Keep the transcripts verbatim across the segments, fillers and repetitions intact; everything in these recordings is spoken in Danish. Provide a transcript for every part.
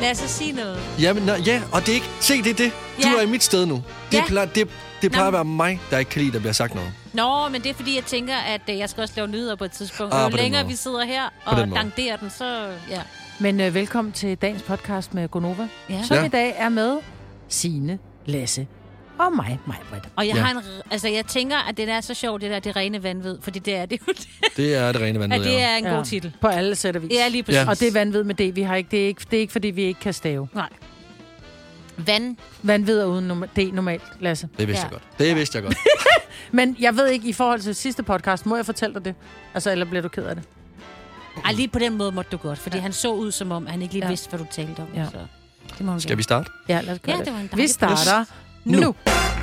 Lasse sige noget? Jamen, nå, ja, og det er ikke... Se, det er det. Du Ja. er i mit sted nu. Det, Ja. plejer, det, det plejer Nå. at være mig, der ikke kan lide, der bliver sagt noget. Nå, men det er fordi, jeg tænker, at øh, jeg skal også lave nyheder på et tidspunkt. Ah, Og på jo den længere måde. vi sidder her På og den måde. danderer den, så ja. Men øh, velkommen til dagens podcast med Gonova, Ja. som Ja. i dag er med Signe, Lasse og mig, mig, Britt. Og jeg Ja. har en, r- altså jeg tænker, at det er så sjovt, det der, det rene vanvid, fordi det er det jo det. Det er det rene vandvid, At det er en god titel. På alle sæt og vis. Ja, lige præcis. Ja. Og det er vanvid med det. Vi har ikke, det, er ikke, det er ikke, fordi vi ikke kan stave. Nej. Vand. Vanvid er uden norma- det normalt, Lasse. Det vidste Ja. jeg godt. Det vidste jeg godt. Men jeg ved ikke, i forhold til sidste podcast, må jeg fortælle dig det? Altså, eller bliver du ked af det? Ej, lige på den måde måtte du godt, fordi ja. han så ud, som om han ikke lige Ja. vidste, hvad du talte om. Ja. Så det må hun Skal vi starte? Ja, lad os gøre Ja, det. det var en Vi dejlig starter Nu. nu. nu.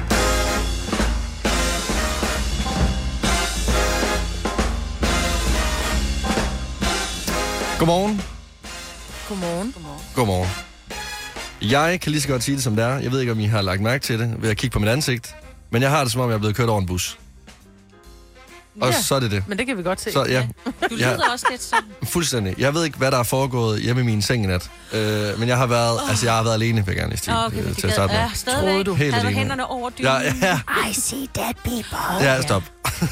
Godmorgen. Godmorgen. Godmorgen. Jeg kan lige så godt sige det, som det er. Jeg ved ikke, om I har lagt mærke til det ved at kigge på mit ansigt. Men jeg har det, som om jeg er blevet kørt over en bus. Og Ja. så er det det. Men det kan vi godt se. Så ja, Du Ja. lyder også lidt sådan. fuldstændig. Jeg ved ikke, hvad der er foregået hjemme i min seng i nat. Øh, men jeg har været, oh. altså jeg har været alene, vil jeg gerne lige sige, Åh, okay, øh, men til at starte med. ja, stadigvæk. Troede du? Helt Havde du alene. hænderne over dynen? Ja, ja, I see dead people. ja, stop.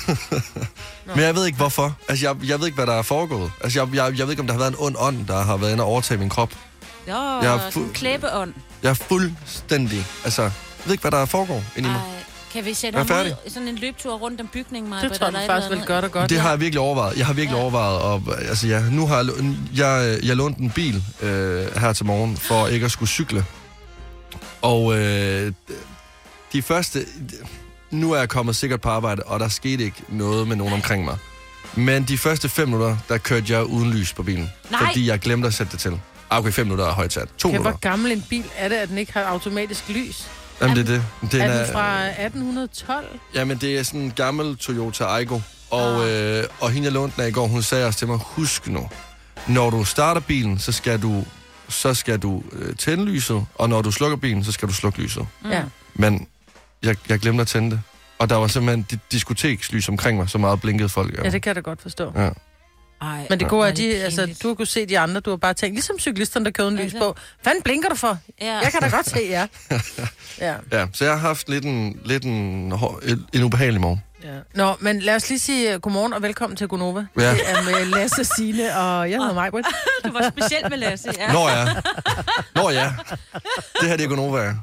Men jeg ved ikke, hvorfor. Altså, jeg, jeg ved ikke, hvad der er foregået. Altså, jeg, jeg, jeg ved ikke, om der har været en ond ånd, der har været inde og overtage min krop. Jo, Jeg er sådan fu- en klæbeånd. Jeg er fuldstændig, altså, jeg ved ikke, hvad der er foregået inde i mig. Ej, kan vi sætte Jeg er ham færdig. ud sådan en løbetur rundt om bygningen, Maja? Det tror jeg faktisk vil gøre dig godt. Det har jeg virkelig overvejet. Jeg har virkelig Ja. overvejet, og altså, ja, nu har jeg, lå- jeg, jeg lånt en bil øh, her til morgen, for ikke at skulle cykle. Og øh, de første... Nu er jeg kommet sikkert på arbejde, og der skete ikke noget med nogen omkring mig. Men de første fem minutter, der kørte jeg uden lys på bilen. Nej. Fordi jeg glemte at sætte det til. Ah, okay, fem minutter er højt sat. To Okay, hvor minutter. gammel en bil er det, at den ikke har automatisk lys? Jamen, det er det. Den Er den fra atten tolv? Jamen, det er sådan en gammel Toyota Aygo. Og, øh, og hende, jeg lånte den af i går, hun sagde også til mig, husk nu, når du starter bilen, så skal du, så skal du øh, tænde lyset, og når du slukker bilen, så skal du slukke lyset. Mm. Ja. Men jeg, jeg glemte at tænde det. Og der var simpelthen di- diskotekslys omkring mig, så meget blinkede folk. Ja, det kan jeg da godt forstå. Ja. Ej, Men det gode er, hvor de, det altså, pinligt. du har kunnet se de andre, du har bare tænkt, ligesom cyklisterne, der kører en lys Altså. på. Fanden blinker du for? Ja. Jeg kan da godt se, ja. Ja. Ja, så jeg har haft lidt en, lidt en, hår- en, en ubehagelig morgen. ja. Nå, men lad os lige sige uh, godmorgen og velkommen til Gonova. Ja. Det er med Lasse, Signe og jeg hedder Majbrit. Du var speciel med Lasse, ja. Nå ja. Nå ja. Det her, det er Gonova.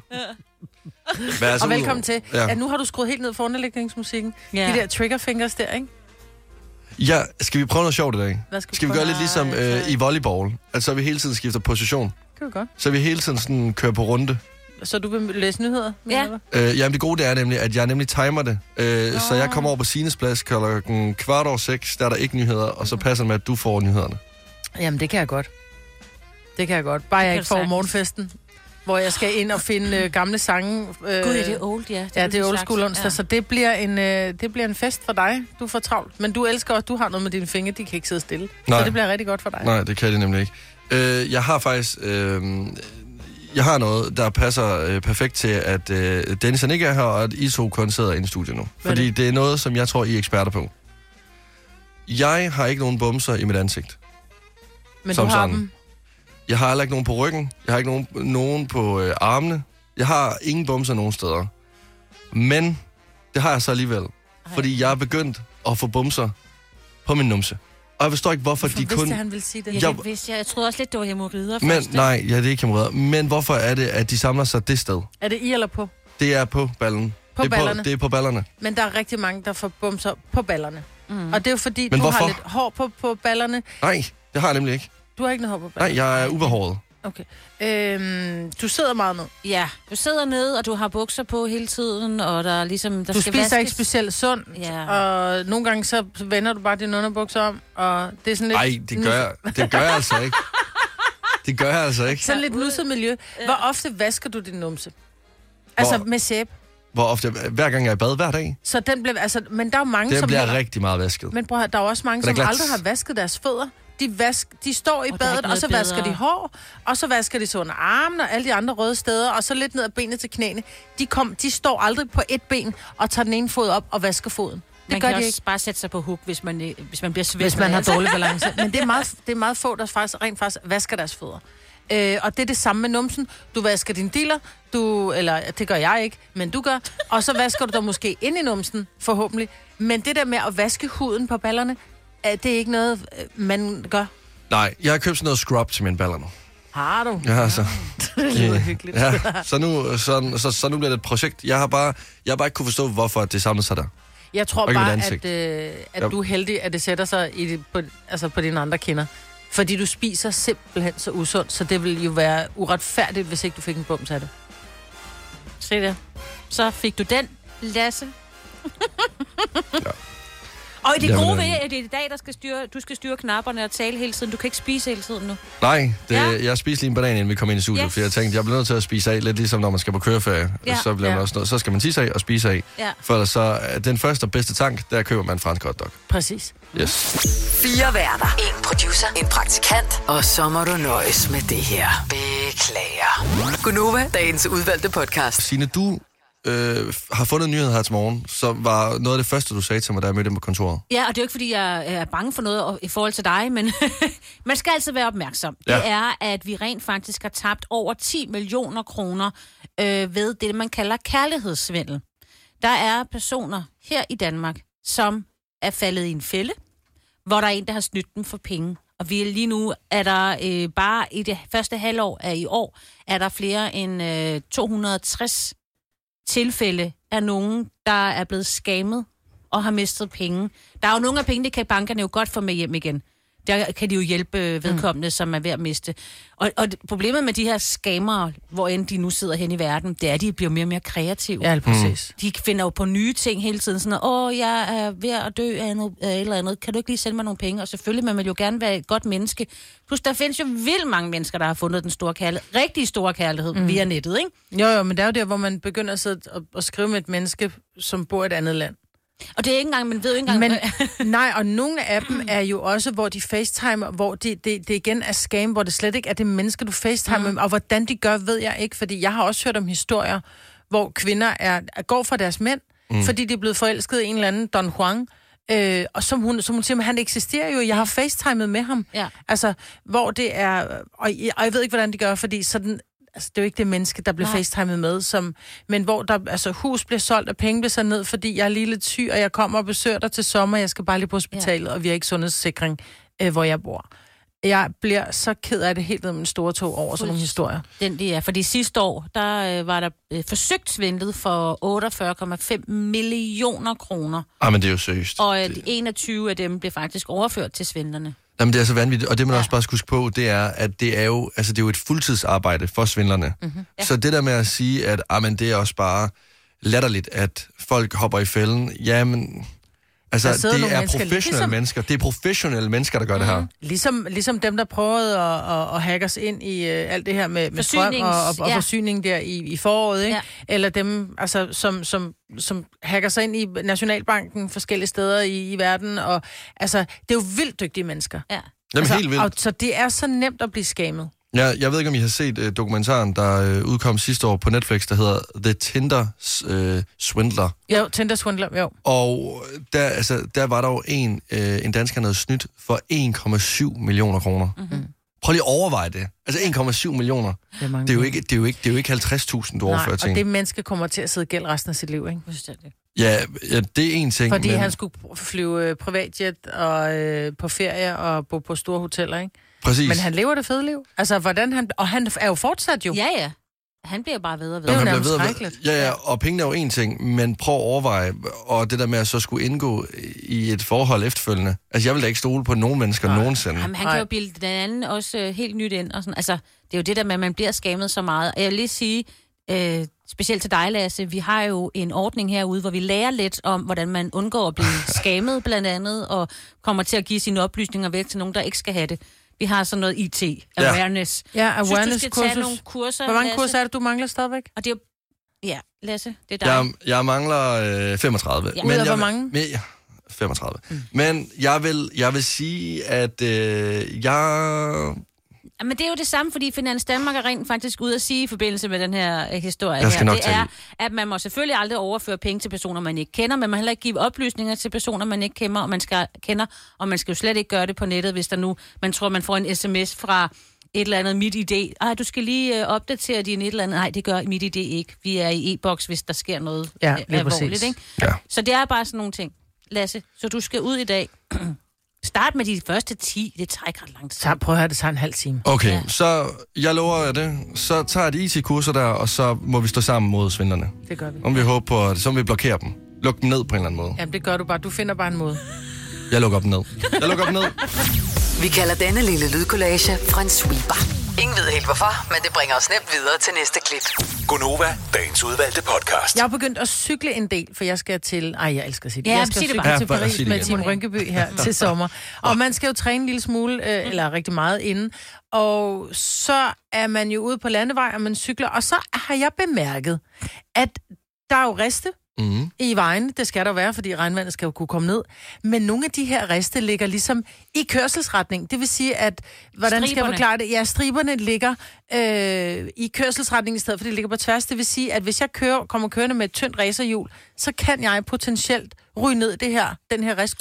Vær så Og ud velkommen over. til. Ja. Ja, nu har du skruet helt ned for underlægningsmusikken. Ja. De der trigger fingers der, ikke? Ja, skal vi prøve noget sjovt i dag? Hvad skal, Skal vi gøre lidt ligesom øh, i volleyball? Altså, vi hele tiden skifter position. Kan vi godt. Så vi hele tiden sådan kører på runde. Så du vil læse nyheder? Ja. mener du? Øh, jamen, det gode det er nemlig, at jeg nemlig timer det. Øh, så jeg kommer over på Sines plads klokken kvart over seks, der er der ikke nyheder, og så passer det med, at du får nyhederne. Jamen, det kan jeg godt. Det kan jeg godt. Bare jeg kan ikke du får sagtens. morgenfesten, hvor jeg skal ind og finde øh, gamle sange. Øh, Gud, ja, det er old, ja. Ja, har det er du old sagt. school onsdag, ja. Så det bliver, en, øh, det bliver en fest for dig. Du får travlt. Men du elsker også, du har noget med dine fingre, de kan ikke sidde stille. Nej. Så det bliver rigtig godt for dig. Nej, det kan det nemlig ikke. Øh, jeg har faktisk... Øh, jeg har noget, der passer øh, perfekt til, at øh, Dennis han ikke er her, og at I to kun sidder inde i studiet nu. Hvad er Fordi det? det er noget, som jeg tror, I er eksperter på. Jeg har ikke nogen bumser i mit ansigt. Men som du har sådan. dem. Jeg har heller ikke nogen på ryggen. Jeg har ikke nogen, nogen på øh, armene. Jeg har ingen bumser nogen steder. Men det har jeg så alligevel. Fordi jeg er begyndt at få bumser på min numse. Og jeg forstår ikke, hvorfor Hvorfor de vidste kun... jeg, han ville sige det? Ja, Jeg- det vidste jeg. Jeg troede også lidt, det var hemorrider Men først. nej, ja, det er ikke hemorrider. Men hvorfor er det, at de samler sig det sted? Er det i eller på? Det er på ballen. På det er ballerne. På, det er på ballerne. Men der er rigtig mange, der får bumser på ballerne. Mm. Og det er jo fordi, Men du har hvorfor? lidt hår på, på ballerne. Nej, det har jeg nemlig ikke. Du har ikke noget hår på Nej, ballerne. jeg er ubehåret. Okay. Øhm, du sidder meget ned. Ja, du sidder nede, og du har bukser på hele tiden, og der er ligesom... Der Du skal spiser vaskes. ikke specielt sundt, Ja. og nogle gange så vender du bare dine underbukser om, og det er sådan lidt... Nej, det gør jeg, det gør jeg altså ikke. Det gør jeg altså ikke. Sådan lidt nusset miljø. Hvor ofte vasker du din numse? Altså Hvor- med sæbe. Hvor ofte, hver gang jeg er i bad, hver dag, Så den bliver, altså, men der er jo mange, den som... bliver heller- rigtig meget vasket. Men prøv at høre, der er jo også mange, Den er som glat. aldrig har vasket deres fødder. De, vask, de står i Og der er badet, ikke og noget så vasker bedre. de hår, og så vasker de så under armen og alle de andre røde steder, og så lidt ned ad benet til knæene. De, kom, de står aldrig på et ben og tager den ene fod op og vasker foden. Det Man gør kan de også ikke, bare sætte sig på hook, hvis man, øh, hvis man bliver svæt. hvis man har altså. dårlig balance. Men det er meget, det er meget få, der faktisk, rent faktisk vasker deres fødder. Øh, og det er det samme med numsen. Du vasker din diller, du, eller det gør jeg ikke, men du gør. Og så vasker du dig måske ind i numsen, forhåbentlig. Men det der med at vaske huden på ballerne, det er ikke noget, man gør. Nej, jeg har købt sådan noget scrub til mine baller nu. Har du? Ja, altså. Det lyder hyggeligt. Ja, så nu, så, så, så nu bliver det et projekt. Jeg har bare, jeg har bare ikke kunne forstå, hvorfor det samlede sig der. Jeg tror Okay, bare, mit at, ansigt. øh, at Ja. du er heldig, at det sætter sig i det, på, altså på dine andre kinder. Fordi du spiser simpelthen så usundt, så det ville jo være uretfærdigt, hvis ikke du fik en bums af det. Se det. Så fik du den, Lasse. Ja. Og det Jamen, gode øh, ved, at det er i dag, der skal styre, du skal styre knapperne og tale hele tiden. Du kan ikke spise hele tiden nu. Nej, det, Ja. ja. jeg spiste lige en banan, inden vi kom ind i studiet, Yes. yes. for jeg tænkte, jeg bliver nødt til at spise af, lidt ligesom når man skal på køreferie. Ja. Ja. Så, bliver man Ja. også noget, så skal man tisse af og spise af. Ja. For så er den første og bedste tank, der køber man en fransk hotdog. Præcis. Yes. Fire værter. En producer. En praktikant. Og så må du nøjes med det her. Beklager. Gunova, dagens udvalgte podcast. Signe, du øh, har fundet nyhed her til morgen, så var noget af det første, du sagde til mig, da jeg mødte dig på kontoret. Ja, og det er jo ikke, fordi jeg er bange for noget i forhold til dig, men man skal altid være opmærksom. Ja. Ja. Det er, at vi rent faktisk har tabt over ti millioner kroner øh, ved det, man kalder kærlighedssvindel. Der er personer her i Danmark, som er faldet i en fælde, hvor der er en, der har snydt dem for penge. Og vi er lige nu, er der øh, bare i det første halvår af i år, er der flere end øh, to hundrede og tres tilfælde af nogen, der er blevet skammet og har mistet penge. Der er jo nogle af pengene, det kan bankerne jo godt få med hjem igen. Der kan de jo hjælpe vedkommende, mm. som er ved at miste. Og, og problemet med de her skamere, hvor end de nu sidder hen i verden, det er, at de bliver mere og mere kreative. Ja, præcis. De finder jo på nye ting hele tiden. Sådan, åh, jeg er ved at dø af noget, af et eller andet. Kan du ikke lige sende mig nogle penge? Og selvfølgelig, man vil jo gerne være et godt menneske. Plus, der findes jo vildt mange mennesker, der har fundet den store kærlighed. Rigtig store kærlighed mm. via nettet, ikke? Jo, jo, men det er jo der, hvor man begynder at sidde og, og skrive med et menneske, som bor i et andet land. Og det er ikke engang, man ved jo ikke engang... Men, nej, og nogle af dem er jo også, hvor de facetimer, hvor det, det, det igen er scam, hvor det slet ikke er det menneske, du facetimer med. Mm. Og hvordan de gør, ved jeg ikke, fordi jeg har også hørt om historier, hvor kvinder er, går fra deres mænd, mm. fordi de er blevet forelsket i en eller anden Don Juan, øh, og som hun, som hun siger, han eksisterer jo, jeg har facetimet med ham. Ja. Altså, hvor det er, og jeg, og jeg ved ikke, hvordan de gør, fordi sådan... Altså, det er jo ikke det menneske, der bliver facetimet med, som, men hvor der, altså, hus bliver solgt, og penge bliver så ned, fordi jeg er lige lidt syg, og jeg kommer og besøger dig til sommer, jeg skal bare lige på hospitalet, ja. Og vi har ikke sundhedssikring, øh, hvor jeg bor. Jeg bliver så ked af det helt ned med en store tog over sådan nogle historier. Den det er, fordi sidste år, der øh, var der øh, forsøgt svindlet for otteogfyrre komma fem millioner kroner. Ah, men det er jo seriøst. Og øh, det... enogtyve af dem blev faktisk overført til svindlerne. Jamen, det er så vanvittigt, og det man Ja. også bare skal huske på, det er, at det er jo, altså, det er jo et fuldtidsarbejde for svindlerne. Mm-hmm. Ja. Så det der med at sige, at ah, men det er også bare latterligt, at folk hopper i fælden, jamen, altså, Der det sidder er nogle mennesker, professionelle ligesom- mennesker. Det er professionelle mennesker, der gør mm-hmm. det her. Ligesom, ligesom dem, der prøvede at, at, at hacke os ind i uh, alt det her med, med strøm Forsynings- og, og, og ja. forsyning der i, i foråret, ikke? Ja. Eller dem, altså, som, som, som hacker sig ind i Nationalbanken forskellige steder i, i verden. Og, altså, det er jo vildt dygtige mennesker. Ja. Jamen, altså, helt vildt. Og, så det er så nemt at blive skammet. Ja, jeg ved ikke, om I har set uh, dokumentaren, der uh, udkom sidste år på Netflix, der hedder The Tinder uh, Swindler. Jo, Tinder Swindler, jo. Og der, altså, der var der jo en, uh, en dansker, der havde snydt for en komma syv millioner kroner. Mm-hmm. Prøv lige at overveje det. Altså en komma syv millioner. Det er, mange Det er jo penge. ikke, det er jo ikke, det er jo ikke halvtreds tusind, du Nej, overfører og ting. det menneske kommer til at sidde gæld resten af sit liv, ikke? Fuldstændig. Ja, ja, det er en ting. Fordi men... han skulle flyve øh, privatjet og øh, på ferie og bo på store hoteller, ikke? Præcis. Men han lever det fede liv. Altså, hvordan han... Og han er jo fortsat jo. Ja, ja. Han bliver bare ved og ved. Det er jo Nå, han nærmest bliver ved- skrækkeligt. Ja, ja, og pengene er jo en ting, men prøv at overveje, og det der med at så skulle indgå i et forhold efterfølgende. Altså, jeg vil da ikke stole på nogen mennesker Nej. nogensinde. Jamen, han Nej. kan jo bilde den anden også øh, helt nyt ind. Og sådan. Altså, det er jo det der med, at man bliver skammet så meget. Og jeg vil lige sige, øh, specielt til dig, Lasse, vi har jo en ordning herude, hvor vi lærer lidt om, hvordan man undgår at blive skammet, blandt andet, og kommer til at give sine oplysninger væk til nogen, der ikke skal have det. Vi har sådan noget I T, awareness. Ja, Synes, du awareness skal tage kursus. nogle kurser, Hvor mange Lasse? kurser er det, du mangler stadigvæk? Og det er jo... Ja, Lasse, det er dig. Jeg, jeg mangler øh, femogtredive. Ja. Ud af jeg, hvor mange? Men, ja, femogtredive. Mm. Men jeg vil, jeg vil sige, at øh, jeg... Ja, men det er jo det samme, fordi Finans Danmark er rent faktisk ude at sige i forbindelse med den her øh, historie Jeg skal her. nok Det tage er, i. at man må selvfølgelig aldrig overføre penge til personer, man ikke kender, men man heller ikke give oplysninger til personer, man ikke kender, og man skal kender, og man skal jo slet ikke gøre det på nettet, hvis der nu, man tror, man får en sms fra et eller andet mit idé. Ej, du skal lige øh, opdatere din et eller andet. Nej, det gør mit idé ikke. Vi er i e-boks, hvis der sker noget ja, øh, alvorligt, ikke? Ja. Så det er bare sådan nogle ting. Lasse, så du skal ud i dag. Start med de første ti. Det tager ikke ret lang tid. Så prøv at høre, det tager en halv time. Okay, Ja. så jeg lover jer det. Så tager jeg de I T-kurser der, og så må vi stå sammen mod svindlerne. Det gør vi. Om vi håber på, at så må vi blokere dem. Luk dem ned på en eller anden måde. Jamen, det gør du bare. Du finder bare en måde. Jeg lukker dem ned. Jeg lukker dem ned. Vi kalder denne lille lydkollage en sweeper. Ingen ved helt hvorfor, men det bringer os nemt videre til næste klip. Gonova, dagens udvalgte podcast. Jeg har begyndt at cykle en del, for jeg skal til... Ej, jeg elsker at sige det. Ja, jeg skal sig det cykle bare. til Ja, bare Paris sig det med igen. Team Rynkeby her til sommer. Og man skal jo træne en lille smule, øh, eller rigtig meget inden. Og så er man jo ude på landevej, og man cykler. Og så har jeg bemærket, at der er jo riste Mm. i vejen. Det skal der være, fordi regnvandet skal jo kunne komme ned. Men nogle af de her riste ligger ligesom i kørselsretning. Det vil sige, at... Hvordan skal jeg Striberne. forklare det? Ja, striberne ligger øh, i kørselsretning i stedet for, det ligger på tværs. Det vil sige, at hvis jeg kører, kommer kørende med et tyndt racerhjul, så kan jeg potentielt ryge ned i det her, den her rist.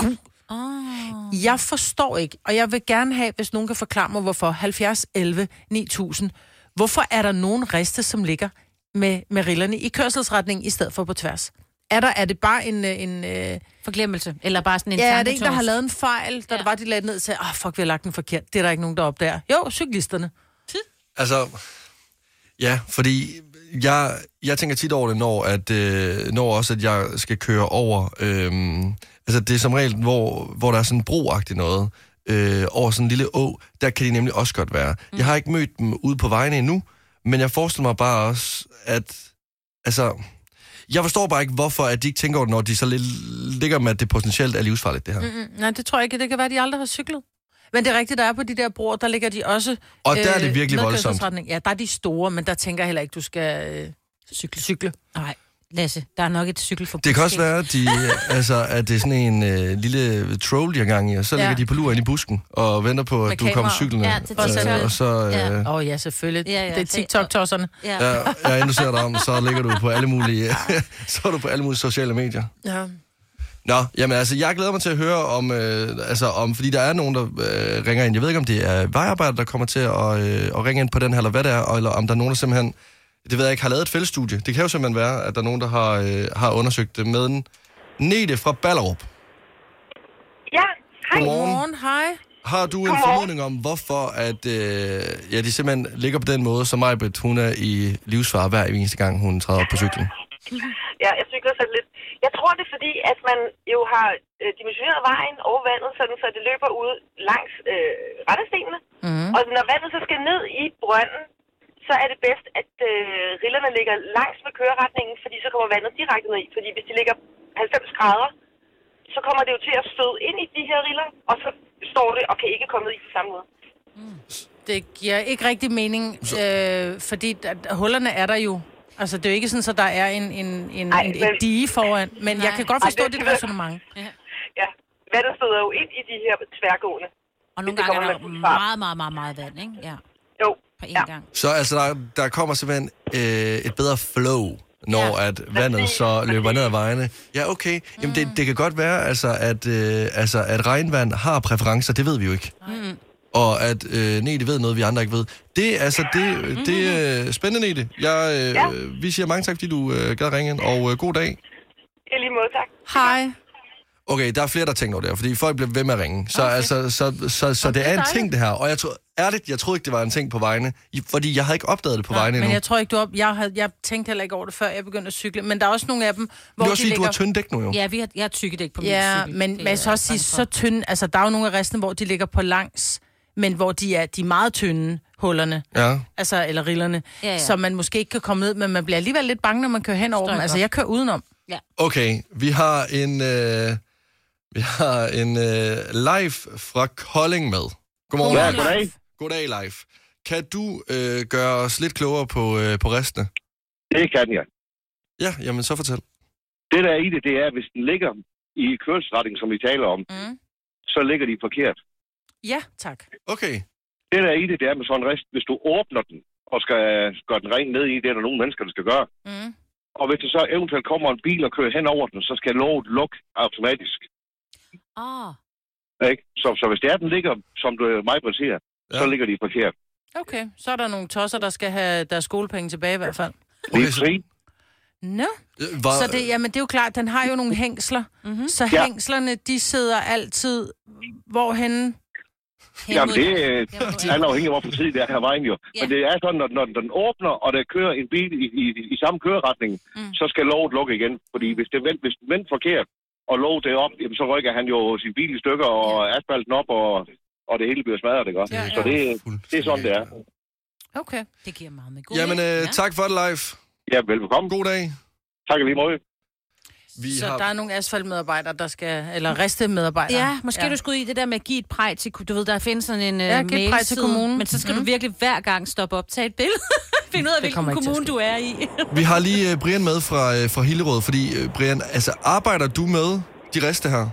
Oh. Jeg forstår ikke, og jeg vil gerne have, hvis nogen kan forklare mig, hvorfor halvfjerds elleve ni tusind. Hvorfor er der nogen riste, som ligger med, med rillerne i kørselsretning i stedet for på tværs? Er der, er det bare en... en øh... Forglemmelse. Eller bare sådan en Ja, er det en, der tanketoast? har lavet en fejl, da Ja. det var, de lagde ned og sagde, åh, oh, fuck, vi har lagt den forkert. Det er der ikke nogen, der opdager. Jo, cyklisterne. Altså, ja, fordi jeg, jeg tænker tit over det, når, at, øh, når også, at jeg skal køre over... Øh, altså, det er som regel, hvor, hvor der er sådan en broagtigt noget, øh, over sådan en lille å, der kan de nemlig også godt være. Mm. Jeg har ikke mødt dem ude på vejene endnu, men jeg forestiller mig bare også, at... Altså... Jeg forstår bare ikke, hvorfor at de ikke tænker over det, når de så lidt ligger med, at det potentielt er livsfarligt, det her. Mm-mm. Nej, det tror jeg ikke. Det kan være, at de aldrig har cyklet. Men det er rigtigt, der er på de der broer, der ligger de også... Og der er det virkelig med voldsomt. kørselsretning. Ja, der er de store, men der tænker jeg heller ikke, du skal øh, cykle. cykle. Nej, Lasse, der er nok et cykelforbud. Det kan også være, at, de, altså, at det er sådan en øh, lille troll, de har gang i, og så Ja. ligger de på lur ind i busken og venter på, at Med du kommer kameraer. cyklende. Ja, til TikTok. og så... Øh, Ja. ja. Åh oh, ja, selvfølgelig. Ja, ja, det er TikTok-tosserne. Ja. Ja, ja, inden du ser dig om, så ligger du på alle mulige, så er du på alle mulige sociale medier. Ja. Nå, jamen altså, jeg glæder mig til at høre om, øh, altså om, fordi der er nogen, der øh, ringer ind. Jeg ved ikke, om det er vejarbejder, der kommer til at, øh, at ringe ind på den her, eller hvad det er, eller om der er nogen, der simpelthen, det ved jeg ikke, har lavet et fællesstudie. Det kan jo simpelthen være, at der er nogen, der har, øh, har undersøgt det med en Nete fra Ballerup. Ja, hej. Godmorgen. Godmorgen, hej. Har du en Godmorgen. formodning om, hvorfor at, øh, ja, de simpelthen ligger på den måde, som Majbrit, hun er i livsfare hver eneste gang, hun træder op på cyklen? Ja, jeg cykler sådan lidt. Jeg tror, det er fordi, at man jo har øh, dimensioneret vejen over vandet, sådan, så det løber ud langs øh, rettestenene. Mm. Og når vandet så skal ned i brønden, så er det bedst, at øh, rillerne ligger langs med køreretningen, fordi så kommer vandet direkte ned i. Fordi hvis de ligger halvfems grader, så kommer det jo til at støde ind i de her riller, og så står det og kan ikke komme ned i på samme måde. Det giver ikke rigtig mening, øh, fordi at hullerne er der jo. Altså, det er jo ikke sådan, at der er en, en, en, Ej, en, men- et dige foran. Men Nej. jeg kan godt Ej, forstå det- dit det- resonemang. Ja, vandet støder jo ind i de her tværgående. Og nogle Det gange kommer er der med fuld fart. meget, meget, meget, meget vand, ikke? Ja, Jo, på én ja. gang. Så altså, der, der kommer simpelthen øh, et bedre flow, når Ja. at vandet så løber ned ad vejene. Ja, okay. Jamen, det, det kan godt være, altså, at, øh, altså, at regnvand har præferencer, det ved vi jo ikke. Mm. Og at øh, Nete ved noget, vi andre ikke ved. Det er altså, det, det er øh, spændende, Nete. Jeg, øh, Ja. Vi siger mange tak, fordi du øh, gad ringe ind, og øh, god dag. I lige måde, tak. Hej. Okay, der er flere, der tænker over det her, fordi folk bliver ved med at ringe. Så, okay. altså, så, så, så det er en dejligt. ting, det her. Og jeg tror, ærligt, jeg troede ikke, det var en ting på vejene, i- fordi jeg havde ikke opdaget det på vejene Men endnu. jeg tror ikke, du op... jeg, havde... jeg tænkte heller ikke over det, før jeg begyndte at cykle. Men der er også nogle af dem, Det hvor er de også fordi, ligger... du har tynde dæk nu, jo. Ja, vi har, jeg har tykkedæk på min Ja, cykel. men Det man skal er også sige, bange for. så tynde... Altså, der er jo nogle af resten, hvor de ligger på langs, men hvor de er, de er meget tynde, hullerne. Ja. Altså, eller rillerne. Ja, ja. Så man måske ikke kan komme ned, men man bliver alligevel lidt bange, når man kører hen over Forstår dem. jeg Altså, godt. jeg kører udenom. Okay, vi har en, øh, vi har en øh, live fra Kolding med. Godmorgen. Ja, Ja, goddag. Goddag, live. Kan du øh, gøre os lidt klogere på, øh, på restene? Det kan jeg. Ja, jamen så fortæl. Det der er i det, det er, at hvis den ligger i kørselsretning, som vi taler om, Mm. så ligger de forkert. Ja, tak. Okay. Det der er i det, det er med sådan en rest, hvis du åbner den og skal gøre den ren ned i, det er der nogle mennesker, der skal gøre. Mm. Og hvis der så eventuelt kommer en bil og kører hen over den, så skal låget lukke automatisk. Åh, Ikke? Så, så hvis det er, den ligger, som du mig siger, Ja. så ligger de forkert. Okay, så er der nogle tosser, der skal have deres skolepenge tilbage i hvert fald. Okay, så, Nå, var, så det, jamen, det er jo klart, den har jo nogle hængsler, mm-hmm. så Ja. hængslerne, de sidder altid hvorhenne? Jamen, det er alt afhængig af, hvorfor tid det er her vejen jo. Ja. Men det er sådan, at når den åbner, og der kører en bil i, i, i samme køreretning, mm. så skal låget lukke igen. Fordi hvis det vend, hvis den vender forkert, og låget det op, jamen, så rykker han jo sin bil i stykker, og ja. asfalten op, og, og det hele bliver smadret, ikke også? Ja, ja. Så det, det er sådan, det er. Okay. Det giver meget med god jamen, øh, ja. tak for det, Leif. Ja, velbekomme. God dag. Tak lige måde. Vi Så har... der er nogle asfaltmedarbejdere, der skal, eller restemedarbejdere. Ja, måske ja. du skulle ud i det der med at give et præg til, du ved, der findes sådan en Ja, uh, giv et præg til kommunen. men så skal Mm. du virkelig hver gang stoppe op, tage et billede, finde ud af, hvilken kommer ikke til at kommune ske. du er i. Vi har lige uh, Brian med fra, uh, fra Hillerød, fordi uh, Brian, altså arbejder du med de reste her?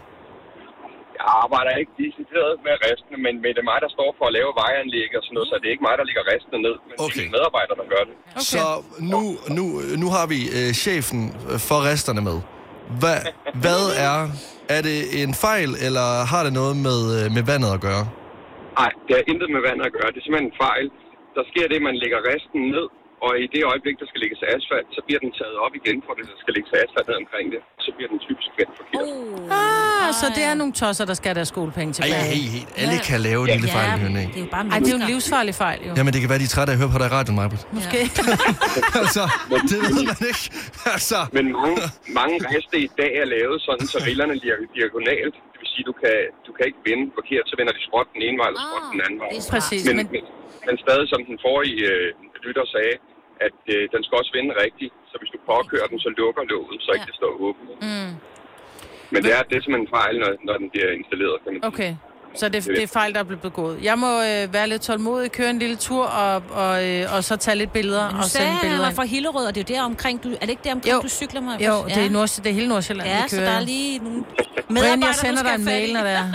Jeg arbejder ikke decideret med restene, men med det er mig, der står for at lave vejanlæg og sådan noget, så det er ikke mig, der ligger restene ned, men okay. det er mine medarbejdere, der gør det. Okay. Så nu, nu, nu har vi uh, chefen for resterne med. Hvad, hvad er... Er det en fejl, eller har det noget med, uh, med vandet at gøre? Nej, det har intet med vandet at gøre. Det er simpelthen en fejl. Der sker det, at man lægger resten ned, og i det øjeblik, der skal lægges asfalt, så bliver den taget op igen, for det, der skal lægges asfalt ned omkring det. Så bliver den typisk vendt forkert. Oh. Ah, så det er nogle tosser, der skal have deres skolepenge Ej, tilbage. hey, hey. Alle kan lave en lille fejl, hører det er jo bare Ej, det er jo en livsfarlig fejl, jo. Jamen, det kan være, de er trætte af at høre på dig i radioen, Majbrit. Måske. altså, det ved man ikke. Altså. Men mange, mange reste i dag er lavet sådan, så rillerne ligger diagonalt. Det vil sige, du kan, du kan ikke vende forkert, så vender de skråt den ene vej eller skråt den anden vej. Præcis, Men, men... men, men stadig, som den forrige øh, lytter sagde, at øh, den skal også vende rigtigt, så hvis du påkører den, så lukker låget, så ikke det står åbent. Mm. Men det er, det er simpelthen en fejl, når, når den bliver installeret, kan man sige. Okay, så det, det er fejl, der er blevet begået. Jeg må øh, være lidt tålmodig, køre en lille tur, og, og, øh, og så tage lidt billeder Men og du sende sagde, billeder han var ind. fra Hillerød, og det er jo der omkring, du, er det ikke der omkring, Jo. du cykler mig? Jo, det er, Nord, det er hele Nordsjælland, Ja, vi så kører. der er lige nogle Brian, medarbejdere, jeg sender du dig skal en have fat i. mail, når det er.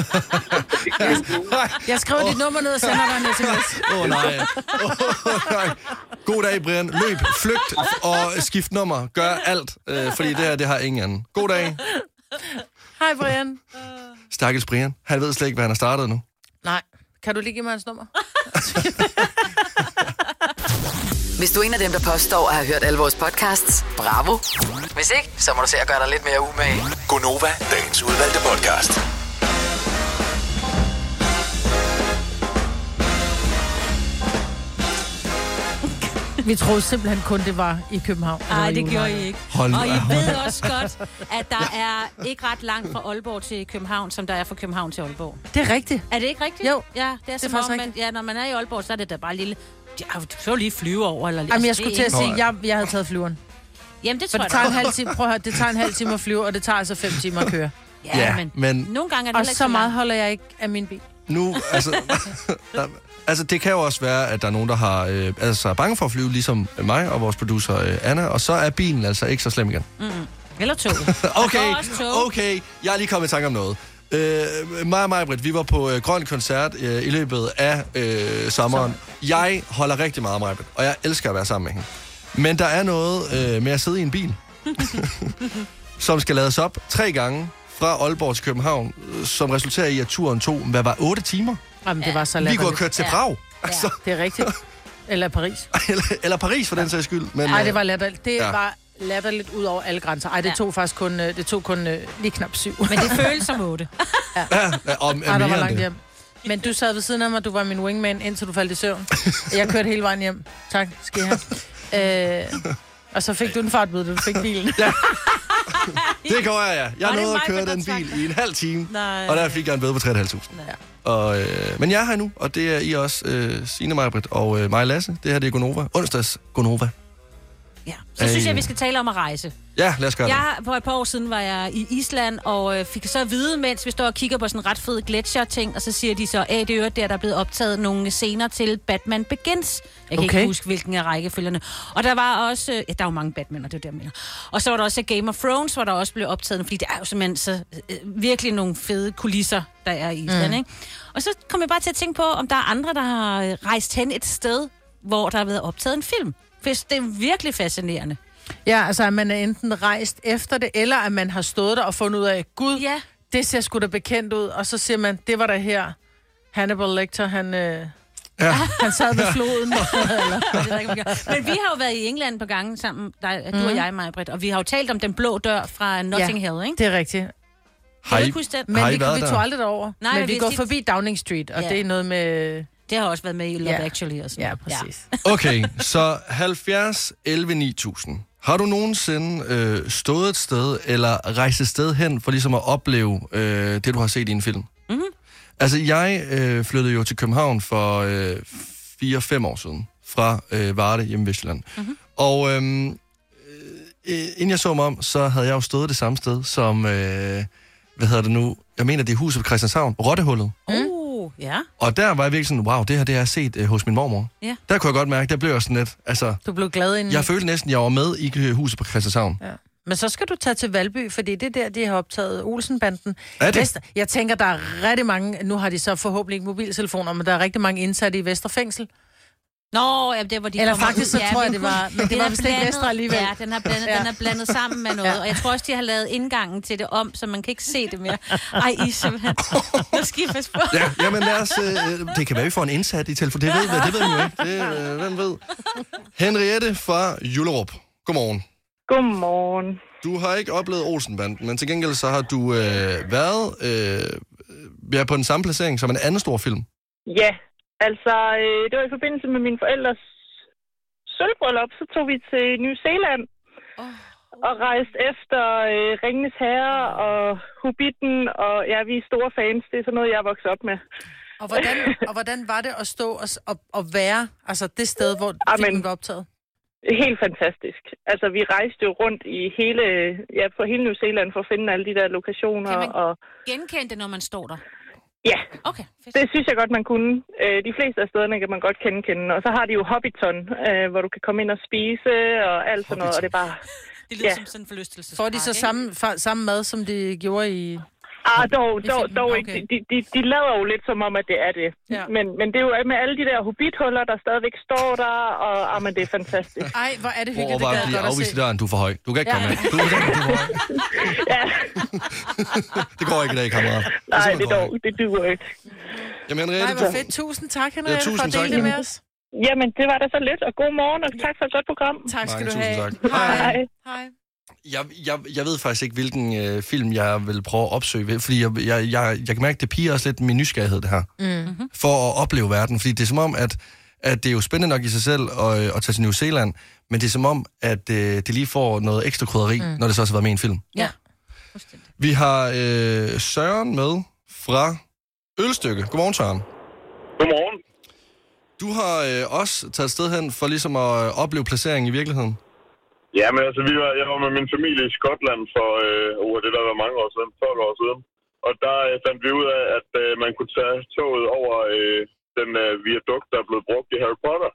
jeg, jeg skriver dit nummer ned og sender dig en sms. Åh, oh, nej. Oh, nej. God dag, Brian. Løb, flygt og skift nummer. Gør alt, øh, fordi det her, det har ingen anden. God dag. Hej, Brian. Stakkels Brian. Han ved slet ikke, hvad han har startet nu. Nej. Kan du lige give mig hans nummer? Hvis du er en af dem, der påstår at have hørt alle vores podcasts, bravo. Hvis ikke, så må du se at gøre dig lidt mere umage. Gonova, dagens udvalgte podcast. Vi troede simpelthen kun, det var i København. Nej, det gjorde I ikke. Hold Og I nu. ved også godt, at der er ikke ret langt fra Aalborg til København, som der er fra København til Aalborg. Det er rigtigt. Er det ikke rigtigt? Jo, Ja, det er, det er som faktisk om, man, ja, når man er i Aalborg, så er det da bare lille... Ja, du så lige flyve over. Eller, Jamen, jeg altså, skulle det er til at ikke- sige, jeg, jeg havde taget flyveren. Jamen, det For tror det jeg tager en da. halv time, prøv at høre, det tager en halv time at flyve, og det tager altså fem timer at køre. Ja, Ja, men, men- nogle gange er det Og heller ikke så meget langt. holder jeg ikke af min bil. Nu, altså... der, altså, det kan jo også være, at der er nogen, der har, øh, altså, er bange for at flyve, ligesom mig og vores producer øh, Anna, og så er bilen altså ikke så slem igen. Mm-mm. Eller tog. Okay, også tog. okay. Jeg er lige kommet i tanke om noget. Øh, mig og mig, Britt, vi var på øh, grøn koncert øh, i løbet af øh, sommeren. Jeg holder rigtig meget af mig, Britt, og jeg elsker at være sammen med hende. Men der er noget øh, med at sidde i en bil, som skal lades op tre gange fra Aalborg til København, øh, som resulterer i, at turen tog, hvad var, otte timer? Jamen, det var så Vi latterligt. kunne have kørt til Ja. Prag. Altså, Det er rigtigt. Eller Paris. eller, eller Paris, for den sags skyld. Men, Nej, øh, det var latterligt. Det Ja. var latterligt ud over alle grænser. Ej, det Ja. tog faktisk kun, øh, det tog kun øh, lige knap syv. Men det føles som otte. Ja, ja, om, Ej, der mere var end langt det. hjem. Men du sad ved siden af mig, du var min wingman, indtil du faldt i søvn. Jeg kørte hele vejen hjem. Tak, skal I have. Øh, og så fik du en fartbøde, da du fik bilen. Ja. Det går jeg, ja. Jeg Var det nåede at mig, køre der den tvang bil i en halv time, Nej. og der fik jeg en bøde på tre tusind fem hundrede. Ja. Og, øh, men jeg er her nu, og det er I også, øh, Signe, Majbrit og øh, mig, Lasse. Det her, det er Gonova. Onsdags Gonova. Ja. Så Ej. synes jeg, vi skal tale om at rejse. Ja, lad os gøre det. Jeg, for et par år siden var jeg i Island, og øh, fik så at vide, mens vi står og kigger på sådan en ret fed gletsjer-ting, og så siger de så, at det er der, der er blevet optaget nogle scener til Batman Begins. Jeg kan Okay. ikke huske, hvilken af rækkefølgerne. Og der var også, øh, ja, der er jo mange Batman, og det er det, jeg mener. Og så var der også Game of Thrones, hvor der også blev optaget, fordi det er jo simpelthen så øh, virkelig nogle fede kulisser, der er i Island, mm. ikke? Og så kom jeg bare til at tænke på, om der er andre, der har øh, rejst hen et sted, hvor der har været optaget en film. For det er virkelig fascinerende. Ja, altså at man er enten rejst efter det, eller at man har stået der og fundet ud af, gud, Ja. det ser sgu da bekendt ud. Og så siger man, det var der her. Hannibal Lecter, han... Øh... Ja. Han sad ved floden. Eller... Men vi har jo været i England på gangen sammen, dig, du mm. og jeg, Maj-Britt, og vi har jo talt om den blå dør fra Notting Hill, ikke? det er rigtigt. Har I, men har I vi, været vi der? tog aldrig derover. Nej, men vi vi går tit... forbi Downing Street, og ja. det er noget med... Det har også været med i Love ja. Actually og sådan. Ja, præcis. Ja. Okay, så halvfjerds elleve ni tusind. Har du nogensinde øh, stået et sted, eller rejst et sted hen, for ligesom at opleve øh, det, du har set i en film? Mm-hmm. Altså, jeg øh, flyttede jo til København for øh, fire fem år siden, fra øh, Varde hjemme i Vestjylland. Mm-hmm. Og øh, øh, inden jeg så mig om, så havde jeg jo stået det samme sted, som, øh, hvad hedder det nu, jeg mener, det er huset på Christianshavn, Rottehullet. Mm. Ja. Og der var jeg virkelig sådan, wow, det her det har jeg set øh, hos min mormor. Ja. Der kunne jeg godt mærke, der blev jeg sådan lidt, altså... Du blev glad inden... Jeg følte næsten, jeg var med i huset på Christianshavn. Ja. Men så skal du tage til Valby, fordi det er der, de har optaget Olsenbanden. Er det? Vester, jeg tænker, der er rigtig mange... Nu har de så forhåbentlig ikke mobiltelefoner, men der er rigtig mange indsatte i Vesterfængsel. Nå, ja, det var de Eller kommer faktisk, så ud. tror Ja, jeg, det var... Men det var vist ikke Vestre alligevel. Ja, den er, blandet, ja. den er blandet sammen med noget. Ja. Og jeg tror også, de har lavet indgangen til det om, så man kan ikke se det mere. Ej, I simpelthen... Nu skal I passe på. Ja, jamen lad os... Øh, det kan være, vi får en indsat i telefon. Det ved, det ved vi jo ikke. Det, øh, hvem ved? Henriette fra Jullerup. Godmorgen. Godmorgen. Du har ikke oplevet Olsenbanden, men til gengæld så har du øh, været øh, ja, på den samme placering som en anden stor film. Ja, altså øh, det var i forbindelse med mine forældres sølvbryllup, så tog vi til New Zealand oh. og rejste efter øh, Ringenes Herre og Hobbiten, og ja, vi er store fans. Det er sådan noget, jeg er vokset op med. Og hvordan, og hvordan var det at stå og, og, og være altså det sted, hvor filmen var optaget? Helt fantastisk. Altså, vi rejste jo rundt i hele, ja, på hele New Zealand for at finde alle de der lokationer. Kan man og genkende det, når man står der? Ja, okay, det synes jeg godt, man kunne. De fleste af stederne kan man godt kende kende. Og så har de jo Hobbiton, hvor du kan komme ind og spise og alt sådan noget. Og det er bare... Det lyder ja. som sådan en forlystelsespark. Får de så samme, samme mad, som de gjorde i... Ah, dog, dog, dog okay. ikke. De, de, de lader jo lidt som om, at det er det. Ja. Men, men det er jo med alle de der hobbithuller, der stadigvæk står der, og ah, men det er fantastisk. Ej, hvor er det hyggeligt, det gad jeg godt at se. Afvist i døren, du er for høj. Du kan ikke ja. komme med. Du, du, du er for høj. Ja. Det går ikke i dag, kammerat. Nej, det, dog, det duer ikke. Jamen, Henriette, Nej, hvor fedt. Tusind tak, Henriette, ja, for at dele det med os. Jamen, det var da så lidt, og god morgen, og tak for et godt program. Tak skal Nej, du have. Tak. Hej. Hej. Hej. Jeg, jeg, jeg ved faktisk ikke, hvilken øh, film jeg vil prøve at opsøge, fordi jeg, jeg, jeg, jeg kan mærke, det piger også lidt min nysgerrighed, det her. Mm-hmm. For at opleve verden, fordi det er som om, at, at det er jo spændende nok i sig selv at, at tage til New Zealand, men det er som om, at øh, det lige får noget ekstra krydderi, mm. når det så også har været med i en film. Ja. Vi har øh, Søren med fra Ølstykke. Godmorgen, Søren. Godmorgen. Du har øh, også taget sted hen for ligesom at opleve placeringen i virkeligheden. Ja, men altså, vi var, jeg var med min familie i Skotland for, øh, oh, det der var mange år siden, tolv år siden. Og der øh, fandt vi ud af, at øh, man kunne tage toget over øh, den øh, viadukt, der er blevet brugt i Harry Potter.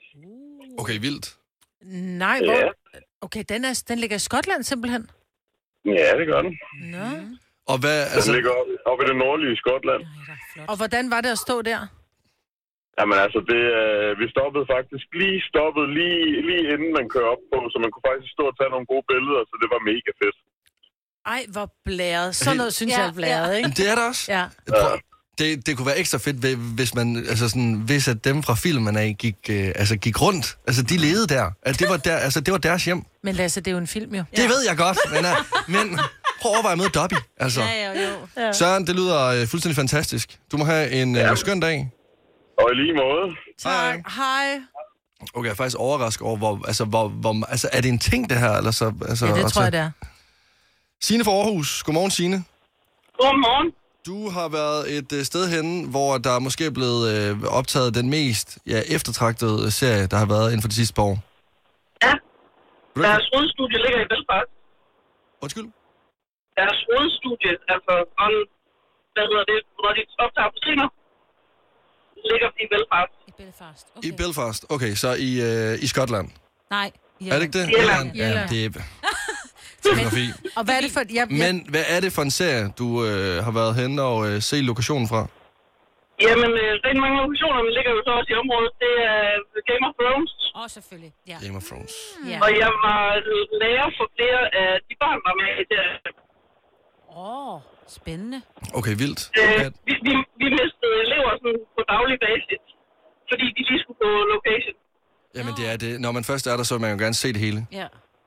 Okay, vildt. Nej, hvor... Ja. Okay, den, er, den ligger i Skotland simpelthen? Ja, det gør den. Nå. Og hvad, altså... Den ligger oppe op i det nordlige Skotland. Og hvordan var det at stå der? Jamen altså, det, øh, vi stoppede faktisk lige stoppet lige, lige inden man kører op på, så man kunne faktisk stå og tage nogle gode billeder, så det var mega fedt. Ej, hvor blæret. Sådan noget synes ja, jeg er blæret, ja. ikke? Men det er det også. Ja. Prøv, det, det kunne være ekstra fedt, hvis man, altså sådan, hvis at dem fra filmen af gik, øh, altså gik rundt. Altså, de levede der. Altså, det var der, altså, det var deres hjem. Men Lasse, det er jo en film, jo. Det ja. ved jeg godt, men, uh, men prøv at overveje med Dobby. Altså. Ja, jo, jo. Ja. Søren, det lyder øh, fuldstændig fantastisk. Du må have en øh, skøn dag. Og i lige måde. Tak. Hej. Okay, jeg er faktisk overrasket over, hvor, altså, hvor, hvor, altså, er det en ting, det her? Eller så, altså, ja, det tror jeg, det er. Signe fra Aarhus. Godmorgen, Signe. Godmorgen. Du har været et øh, sted henne, hvor der måske er blevet øh, optaget den mest ja, eftertragtede serie, der har været inden for de sidste par år. Ja. Deres hovedstudie ligger i Belfast. Undskyld? Deres hovedstudie, altså on, hvad hedder det, hvor de optager på scener, ligger i Belfast. I Belfast, okay. I Belfast, okay, så i, øh, i Skotland. Nej, Irland. Er det ikke det? Irland. Ja, det er... Men, og hvad er det for... Jeg, jeg... Men hvad er det for en serie, du øh, har været henne og øh, se lokationen fra? Jamen, øh, rigtig mange lokationer ligger jo så også i området. Det er Game of Thrones. Åh, oh, selvfølgelig. Ja. Game of Thrones. Mm. Ja. Og jeg var lærer for flere af de børn, der var med i det. Åh, oh, spændende. Okay, vildt. Øh, vi, vi, vi mistede elever sådan på daglig basis, ja, det, når man først er der, så vil man jo gerne se det hele. Ja.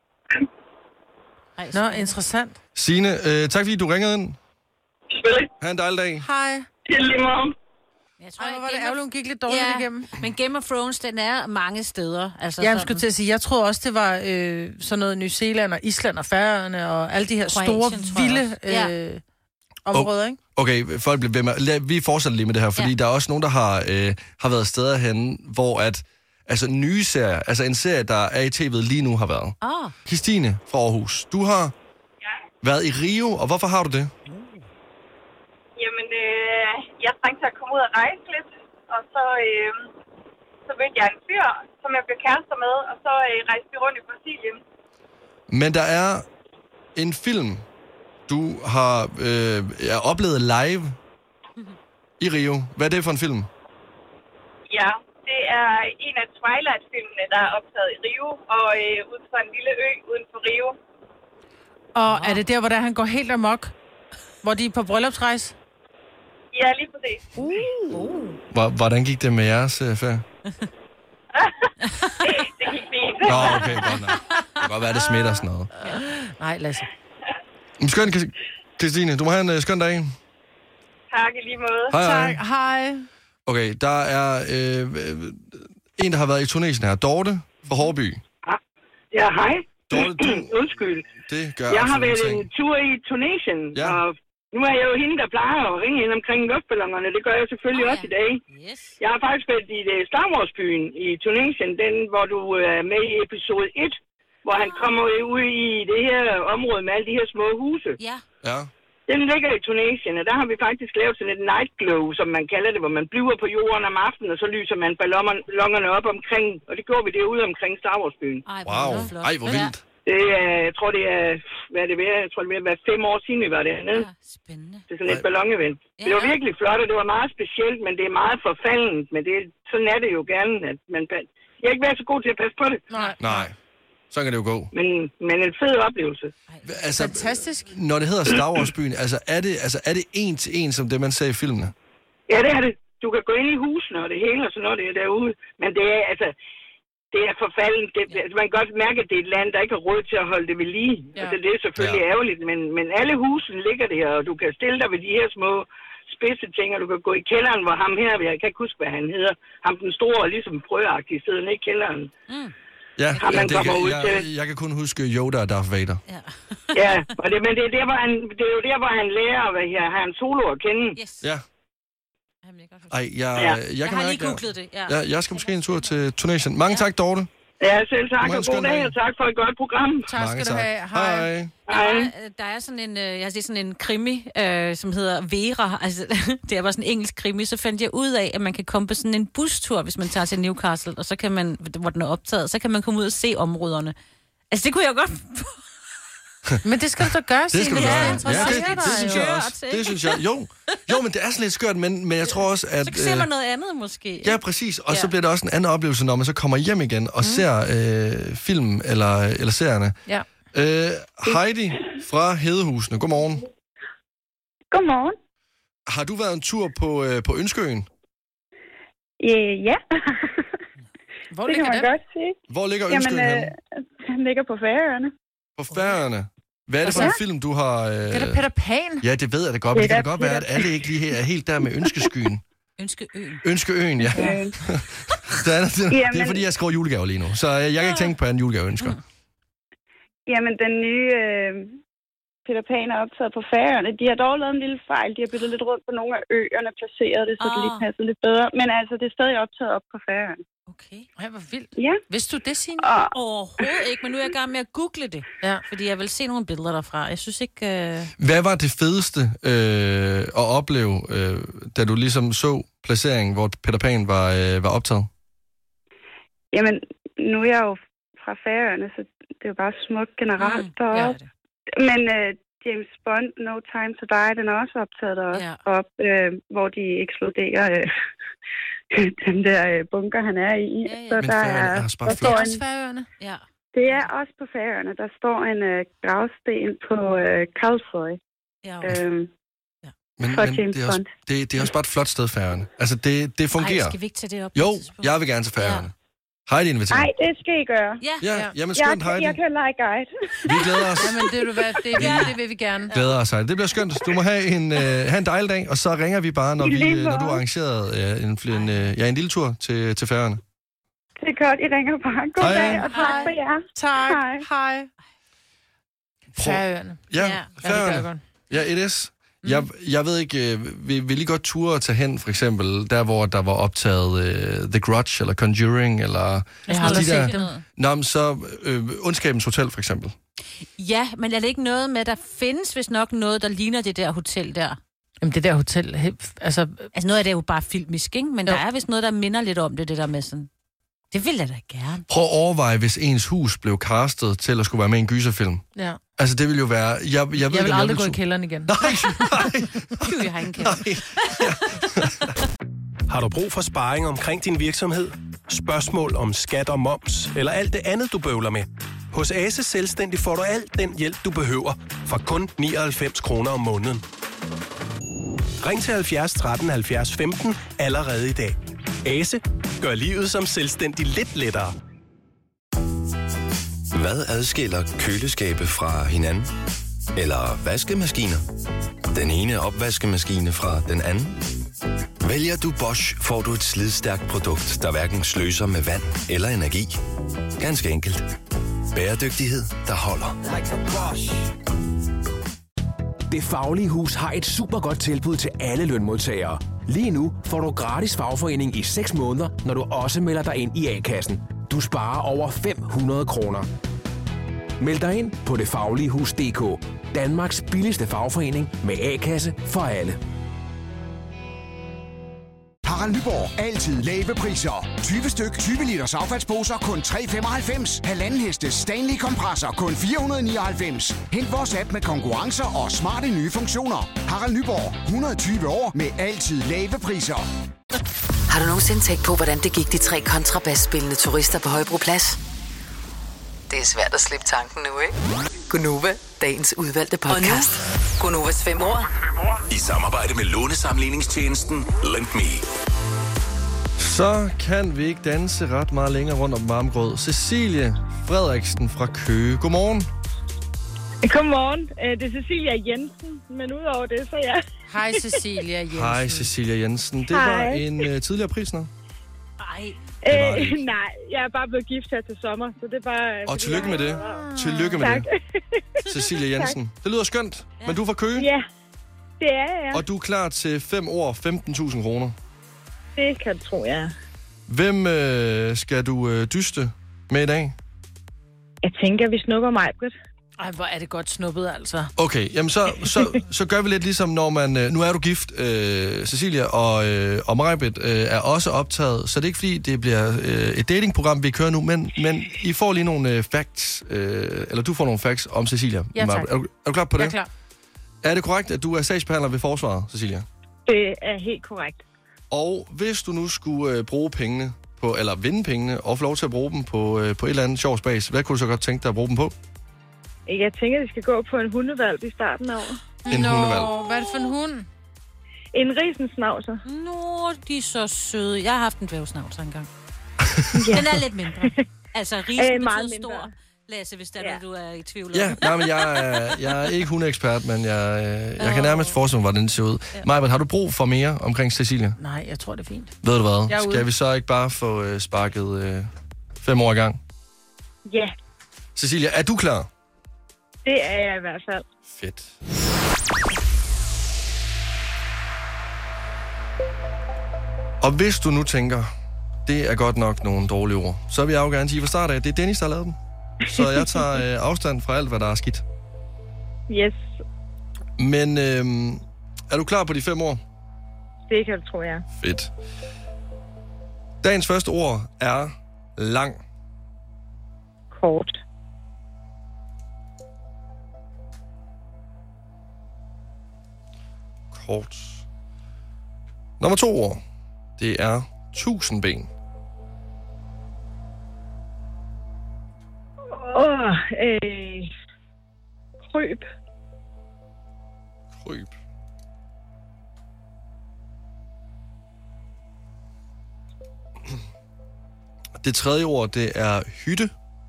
Ej, Nå, interessant. Signe, øh, tak fordi du ringede ind. Selvfølgelig. Ha' en dejlig dag. Hej. Det er lige meget. Jeg tror, Ej, hvor var Game det of- ærgerligt, hun gik lidt dårligt Ja, igennem. men Game of Thrones, den er mange steder. Altså Ja, jeg sådan- skulle til at sige, jeg troede også, det var øh, sådan noget New Zealand og Island og Færøerne og alle de her Kroatien, store, tror jeg vilde også. øh, områder, ikke? Okay, folk bliver ved med. Lad, vi fortsætter lige med det her, fordi ja. der er også nogen, der har, øh, har været steder henne, hvor at, altså nye serier, altså en serie, der er i tv'et lige nu har været. Ah. Christine fra Aarhus, du har Ja. været i Rio, og hvorfor har du det? Jamen, øh, jeg trængte til at komme ud og rejse lidt, og så, øh, så mødte jeg en fyr, som jeg blev kærester med, og så øh, rejste vi rundt i Brasilien. Men der er en film, du har øh, er oplevet live i Rio. Hvad er det for en film? Ja, det er en af Twilight-filmene, der er optaget i Rio, og øh, ud fra en lille ø uden for Rio. Og er det der, hvor der, han går helt amok? Hvor de er på bryllupsrejse? Ja, lige præcis. Uh. Hvor, hvordan gik det med jeres uh, ferie? Det gik fint. Nå, okay, godt nok. Det kan godt være, det smitter sådan noget. Nej, Lasse. Men skøn, Christine. Du må have en uh, skøn dag. Tak i lige måde. Hej, hej. Tak, hej. Okay, der er øh, en, der har været i Tunesien her. Dorte fra Hårby. Ja, hej. Dorte, du... Undskyld. Det gør Jeg har absolut været ting. en tur i Tunesien, Ja. og nu er jeg jo hende, der plejer at ringe ind omkring luftballonerne. Det gør jeg selvfølgelig Ah, også i dag. Yes. Jeg har faktisk været i det Star Wars-byen i Tunesien, den hvor du er med i episode et, hvor han kommer ud i det her område med alle de her små huse. Ja. Ja. Den ligger i Tunesien, og der har vi faktisk lavet sådan et night glow, som man kalder det, hvor man bliver på jorden om aftenen, og så lyser man ballonerne op omkring, og det gjorde vi derude omkring Star Wars-byen. Ej, hvor Wow. flot. Ej, hvor vildt. Det er, jeg tror det er, hvad er det ved, jeg tror det er været fem år siden vi var dernede. Ja, spændende. Det er sådan et ballonevent. Ja. Det var virkelig flot, og det var meget specielt, men det er meget forfaldent, men det, sådan er det jo gerne, at man, jeg er ikke været så god til at passe på det, Nej. Nej. Så kan det jo gå. men, men en fed oplevelse. Altså, Fantastisk. når det hedder Star Wars-byen, altså er det, altså er det en til en, som det, man ser i filmene? Ja, det er det. Du kan gå ind i husene og det hele og sådan noget, det er derude, men det er altså, det er forfaldent. Det, ja. Man kan godt mærke, at det er et land, der ikke har råd til at holde det ved lige. Ja. Altså, det er selvfølgelig Ja. ja. ærgerligt, men, men alle husene ligger der, og du kan stille dig ved de her små spidse ting, og du kan gå i kælderen, hvor ham her, jeg kan ikke huske, hvad han hedder, ham den store, ligesom frøagtige, sidder nede i kælderen. Mm. Ja, Har man det kommer kan, ud jeg, til. jeg kan kun huske Yoda og Darth Vader. Ja. Ja, og det, men det er, der, hvor han, det er jo der, hvor han lærer hvad her, han solo at kende. Yes. Ja. Jamen, jeg, kan godt forstå. Ej, jeg, Ja. jeg, Jeg kan har mærke, lige googlet det. Ja. Ja, jeg skal måske en tur til Tunesien. Mange Ja. tak, Dorte. Ja, selv tak, Du må have og en skøn god dag, dag. og tak for et godt program. Tak Mange skal du tak. have. Hej. Hej. Der er, der er sådan en, øh, jeg har set sådan en krimi, øh, som hedder Vera. Altså, det er bare sådan en engelsk krimi. Så fandt jeg ud af, at man kan komme på sådan en bustur, hvis man tager til Newcastle, og så kan man, hvor den er optaget, så kan man komme ud og se områderne. Altså, det kunne jeg godt... Men det skal du da gøre, Det skal Signe. du gøre. Det er Ja, interessant. det, det synes jeg Skørt, også. ikke? Det synes jeg. Jo, jo, men det er sådan lidt skørt, men, men jeg tror også, at... Så ser øh, man noget andet, måske. Ja, præcis. Og så Ja. bliver det også en anden oplevelse, når man så kommer hjem igen og mm. ser øh, film eller, eller serierne. Ja. Øh, Heidi fra Hedehusene. Godmorgen. Godmorgen. Har du været en tur på, øh, på Ønskeøen? Øh, ja, Hvor det kan ligger man det? godt sige. Hvor ligger Jamen, Ønskeøen øh, henne? han ligger på Færøerne. På Færøerne. Hvad er det for Ja. en film, du har... Øh... Det er da Peter Pan. Ja, det ved jeg da godt, men det Det er kan da da godt være, at Peter alle ikke lige er helt der med ønskeskyen. Ønske øen. Ønskeøen, ja. Øh, Det er, det, det er Jamen- fordi, jeg skriver julegaver lige nu, så øh, jeg kan ikke tænke på, at en julegave ønsker. jamen, den nye øh, Peter Pan er optaget på Færøerne. De har dog lavet en lille fejl. De har byttet lidt rundt på nogle af øerne, placeret det, så det lige Ah. passer lidt bedre. Men altså, det er stadig optaget op på Færøerne. Okay. Ej, hvor vildt. Ja, Vidste du det, Signe? og Overhovedet ikke, men nu er jeg i gang med at google det. Ja. Fordi jeg vil se nogle billeder derfra. Jeg synes ikke... Øh... Hvad var det fedeste øh, at opleve, øh, da du ligesom så placeringen, hvor Peter Pan var, øh, var optaget? jamen, nu er jeg jo fra Færøerne, så det er jo bare smukt generelt Mm, deroppe. ja. Men øh, James Bond, No Time to Die, den er også optaget deroppe, Ja. op, øh, hvor de eksploderer øh, den der øh, bunker, han er i. Ja, ja. Så Men der Færøerne er, er også bare der flot. står Også en, Færøerne. Ja. det er også på Færøerne. Der står en øh, gravsten på øh, Kalsoy Ja, øh, Men, for men James det, er også, Bond. det, det er også bare et flot sted, Færøerne. Altså, det, det fungerer. Ej, skal vi ikke tage det op? på Jo, et tidspunkt? jeg vil gerne til Færøerne. Har I det inviteret? Nej, det skal I gøre. Ja. Ja, jamen skønt, jeg, Heidi. jeg kan lege guide. Vi glæder os. Jamen, det, du, hvad, det, ja. det vil vi gerne. Glæder os, Heidi. Det bliver skønt. Du må have en, øh, have en dejlig dag, og så ringer vi bare, når, vi, øh, når du har arrangeret øh, en, en, øh, ja, en lille tur til, til Færøerne. Det er godt, I ringer bare. God Hej. dag, og tak Hej. for jer. Tak. Hej. Hej. Færøerne. Ja, Ja, Færøerne. det gør jeg godt. Ja, it is. Jeg, jeg ved ikke, øh, vil, vil I godt ture at tage hen, for eksempel, der hvor der var optaget uh, The Grudge, eller Conjuring, eller... Jeg har aldrig der, set dem. Nå, men så øh, Ondskabens Hotel, for eksempel. Ja, men er det ikke noget med, der findes vist nok noget, der ligner det der hotel der? Jamen, det der hotel, he- altså... Altså, noget af det er jo bare filmisk, ikke? Men Jo. der er vist noget, der minder lidt om det, det der med sådan... Det vil jeg da gerne. Prøv at overveje, hvis ens hus blev castet til at skulle være med i en gyserfilm. Ja. Altså, det ville jo være... Jeg, jeg, ved Jeg ikke, vil om aldrig gå i tu- kælderen igen. Nej, nej, Gud, jeg har ingen kæld. Har du brug for sparring omkring din virksomhed? Spørgsmål om skat og moms, eller alt det andet, du bøvler med? Hos Ase Selvstændig får du alt den hjælp, du behøver, for kun nioghalvfems kroner om måneden. Ring til halvfjerds tretten halvfjerds femten allerede i dag. Ase gør livet som selvstændig lidt lettere. Hvad adskiller køleskabe fra hinanden? Eller vaskemaskiner? Den ene opvaskemaskine fra den anden? Vælger du Bosch, får du et slidstærkt produkt, der hverken sløser med vand eller energi. Ganske enkelt. Bæredygtighed, der holder. Det Faglige Hus har et super godt tilbud til alle lønmodtagere. Lige nu får du gratis fagforening i seks måneder, når du også melder dig ind i A-kassen. Du sparer over fem hundrede kroner. Meld dig ind på det faglige hus punktum d k. Danmarks billigste fagforening med A-kasse for alle. Harald Nyborg. Altid lave priser. tyve styk, tyve liters affaldsposer kun tre komma femoghalvfems. Halvanden hestes Stanley kompresser kun fire hundrede og nioghalvfems. Hent vores app med konkurrencer og smarte nye funktioner. Harald Nyborg. hundrede og tyve år med altid lave priser. Har du nogensinde tænkt på, hvordan det gik de tre kontrabasspillende turister på Højbroplads? Det er svært at slippe tanken nu, ikke? Gunova, dagens udvalgte podcast. Gunovas fem år. I samarbejde med lånesamligningstjenesten Lend Me. Så kan vi ikke danse ret meget længere rundt om varmgrød. Cecilie Frederiksen fra Køge. Godmorgen. Godmorgen. Det er Cecilia Jensen, men udover det, så ja. Hej Cecilia Jensen. Hej Cecilia Jensen. Det Hej. var en uh, tidligere pris nu. Nej. Øh, nej, jeg er bare blevet gift her til sommer, så det er bare... Og tillykke med det. Tillykke med tak. det. Cecilia Jensen. Det lyder skønt, ja. Men du er fra Køge? Ja, det er jeg, ja. Og du er klar til fem år, femten tusind kroner. Det kan du tro, ja. Hvem øh, skal du øh, dyste med i dag? Jeg tænker, vi snupper mig, Britt. Ej, hvor er det godt snuppet, altså. Okay, jamen så, så, så gør vi lidt ligesom, når man... Øh, nu er du gift, øh, Cecilia, og, øh, og Majbrit øh, er også optaget, så det er ikke fordi, det bliver øh, et datingprogram, vi kører nu, men, men I får lige nogle øh, facts, øh, eller du får nogle facts om Cecilia. Ja, tak. Er du, er du klar på det? Jeg er klar. Er det korrekt, at du er sagsbehandler ved Forsvaret, Cecilia? Det er helt korrekt. Og hvis du nu skulle øh, bruge pengene på, eller vinde pengene, og få lov til at bruge dem på, øh, på et eller andet sjovt spas, hvad kunne du så godt tænke dig at bruge dem på? Jeg tænker, at vi skal gå på en hundevalg i starten af året. En Nå, hundevalg. hvad er det for en hund? En risensnavser. Nå, de er så søde. Jeg har haft en dværgsnavser engang. Den er lidt mindre. Altså, risen Øh, øh, meget betyder mindre. stor. Lasse, hvis der er Ja. noget, du er i tvivl om. Ja, nej, men jeg er, jeg er ikke hundeekspert, men jeg, øh, jeg kan nærmest forestille mig, hvordan det ser ud. Ja. Majbert, har du brug for mere omkring Cecilia? Nej, jeg tror, det er fint. Ved du hvad? Jeg er ude. Skal vi så ikke bare få øh, sparket øh, fem år i gang? Ja, Cecilia, er du klar? det er jeg i hvert fald. Fedt. Og hvis du nu tænker, det er godt nok nogle dårlige ord, så vil jeg jo gerne sige fra start af, at det er Dennis, der har lavet dem. Så jeg tager øh, afstand fra alt, hvad der er skidt. Yes, Men øh, er du klar på de fem ord? det kan du tro, jeg. Fedt. Dagens første ord er lang. Kort. Kort. Nummer to ord. Det er tusind ben. Åh, øh... Kryb. Kryb. Det tredje ord, det er hytte.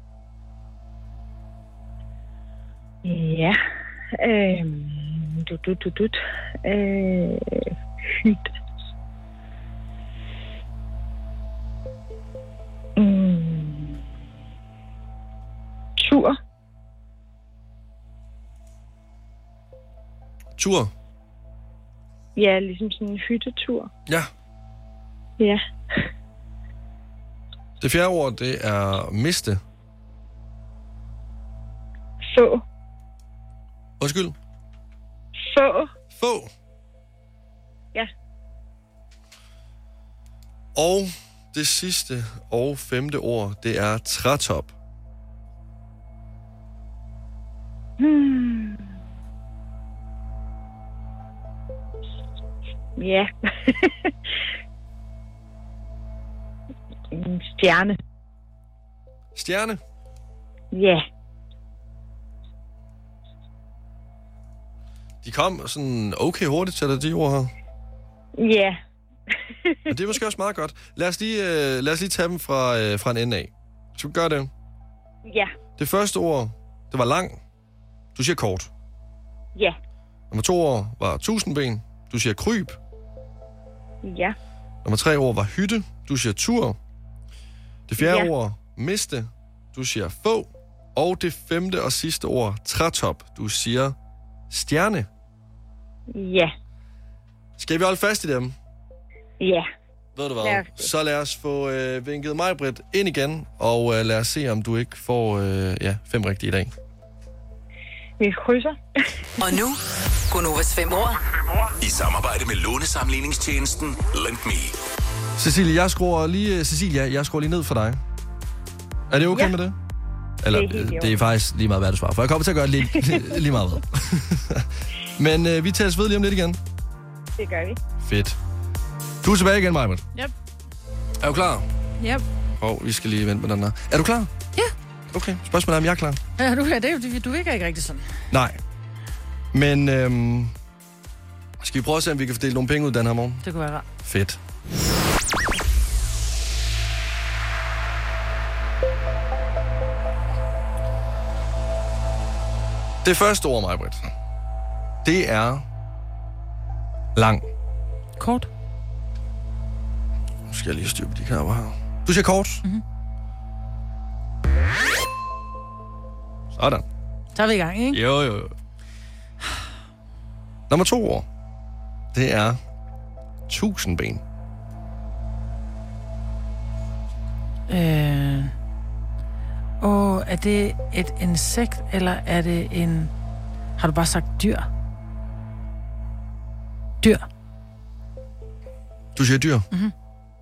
Ja. Øhm, du, du, du, du. Øh, hytte. Mm. Tur. Tur. Ja, ligesom sådan en hyttetur. Ja. Ja. Det fjerde ord, det er miste. Få. Undskyld. Få. Få. Ja. Og det sidste og femte ord, det er trætop. Hmm. Ja. En stjerne. Stjerne? Ja. De kom sådan okay hurtigt til dig, de ord her. Ja. Men det er måske også meget godt. Lad os lige, øh, lad os lige tage dem fra, øh, fra en ende af. Skal vi gøre det? Ja. Det første ord, det var lang. Du siger kort. Ja. Nummer to ord var tusindben. Du siger kryb. Ja. Nummer tre ord var hytte. Du siger tur. Det fjerde Ja. ord, miste. Du siger få. Og det femte og sidste ord, trætop. Du siger stjerne. Ja. Skal vi holde fast i dem? Ja. Ved du Lad hvad? os det. Så lad os få øh, vinket mig, Britt, ind igen. Og øh, lad os se, om du ikke får øh, ja, fem rigtige i dag. Vi krydser. Og nu, Gonovas fem ord. I samarbejde med lånesamligningstjenesten Lend Me. Cecilie, jeg skruer lige, Cecilia, jeg skruer lige ned for dig. Er det okay Ja. med det? Eller, Det er helt i det, det orden. er faktisk lige meget, hvad du svarer. For jeg kommer til at gøre det lige, lige meget ved. Men øh, vi tales ved lige om lidt igen. Det gør vi. Fedt. Du er tilbage igen, Majbert. Yep. Er du klar? Yep. Åh, oh, vi skal lige vente med den her. Er du klar? Ja. Okay, spørgsmålet er, om jeg er klar. Ja, du, ja, det, du virker ikke rigtig sådan. Nej. Men øhm, skal vi prøve at se, om vi kan fordele nogle penge ud den her morgen? Det kunne være rart. Fedt. Det første ord, Majbrit, det er lang. Kort. Nu skal jeg lige styre på de knapper her. Du siger kort. Mhm. Sådan. Så er vi i gang, ikke? Jo, jo, jo. Nummer to ord, det er tusindben. Øh... Og er det et insekt, eller er det en... Har du bare sagt dyr? Dyr. Du siger dyr. Mhm.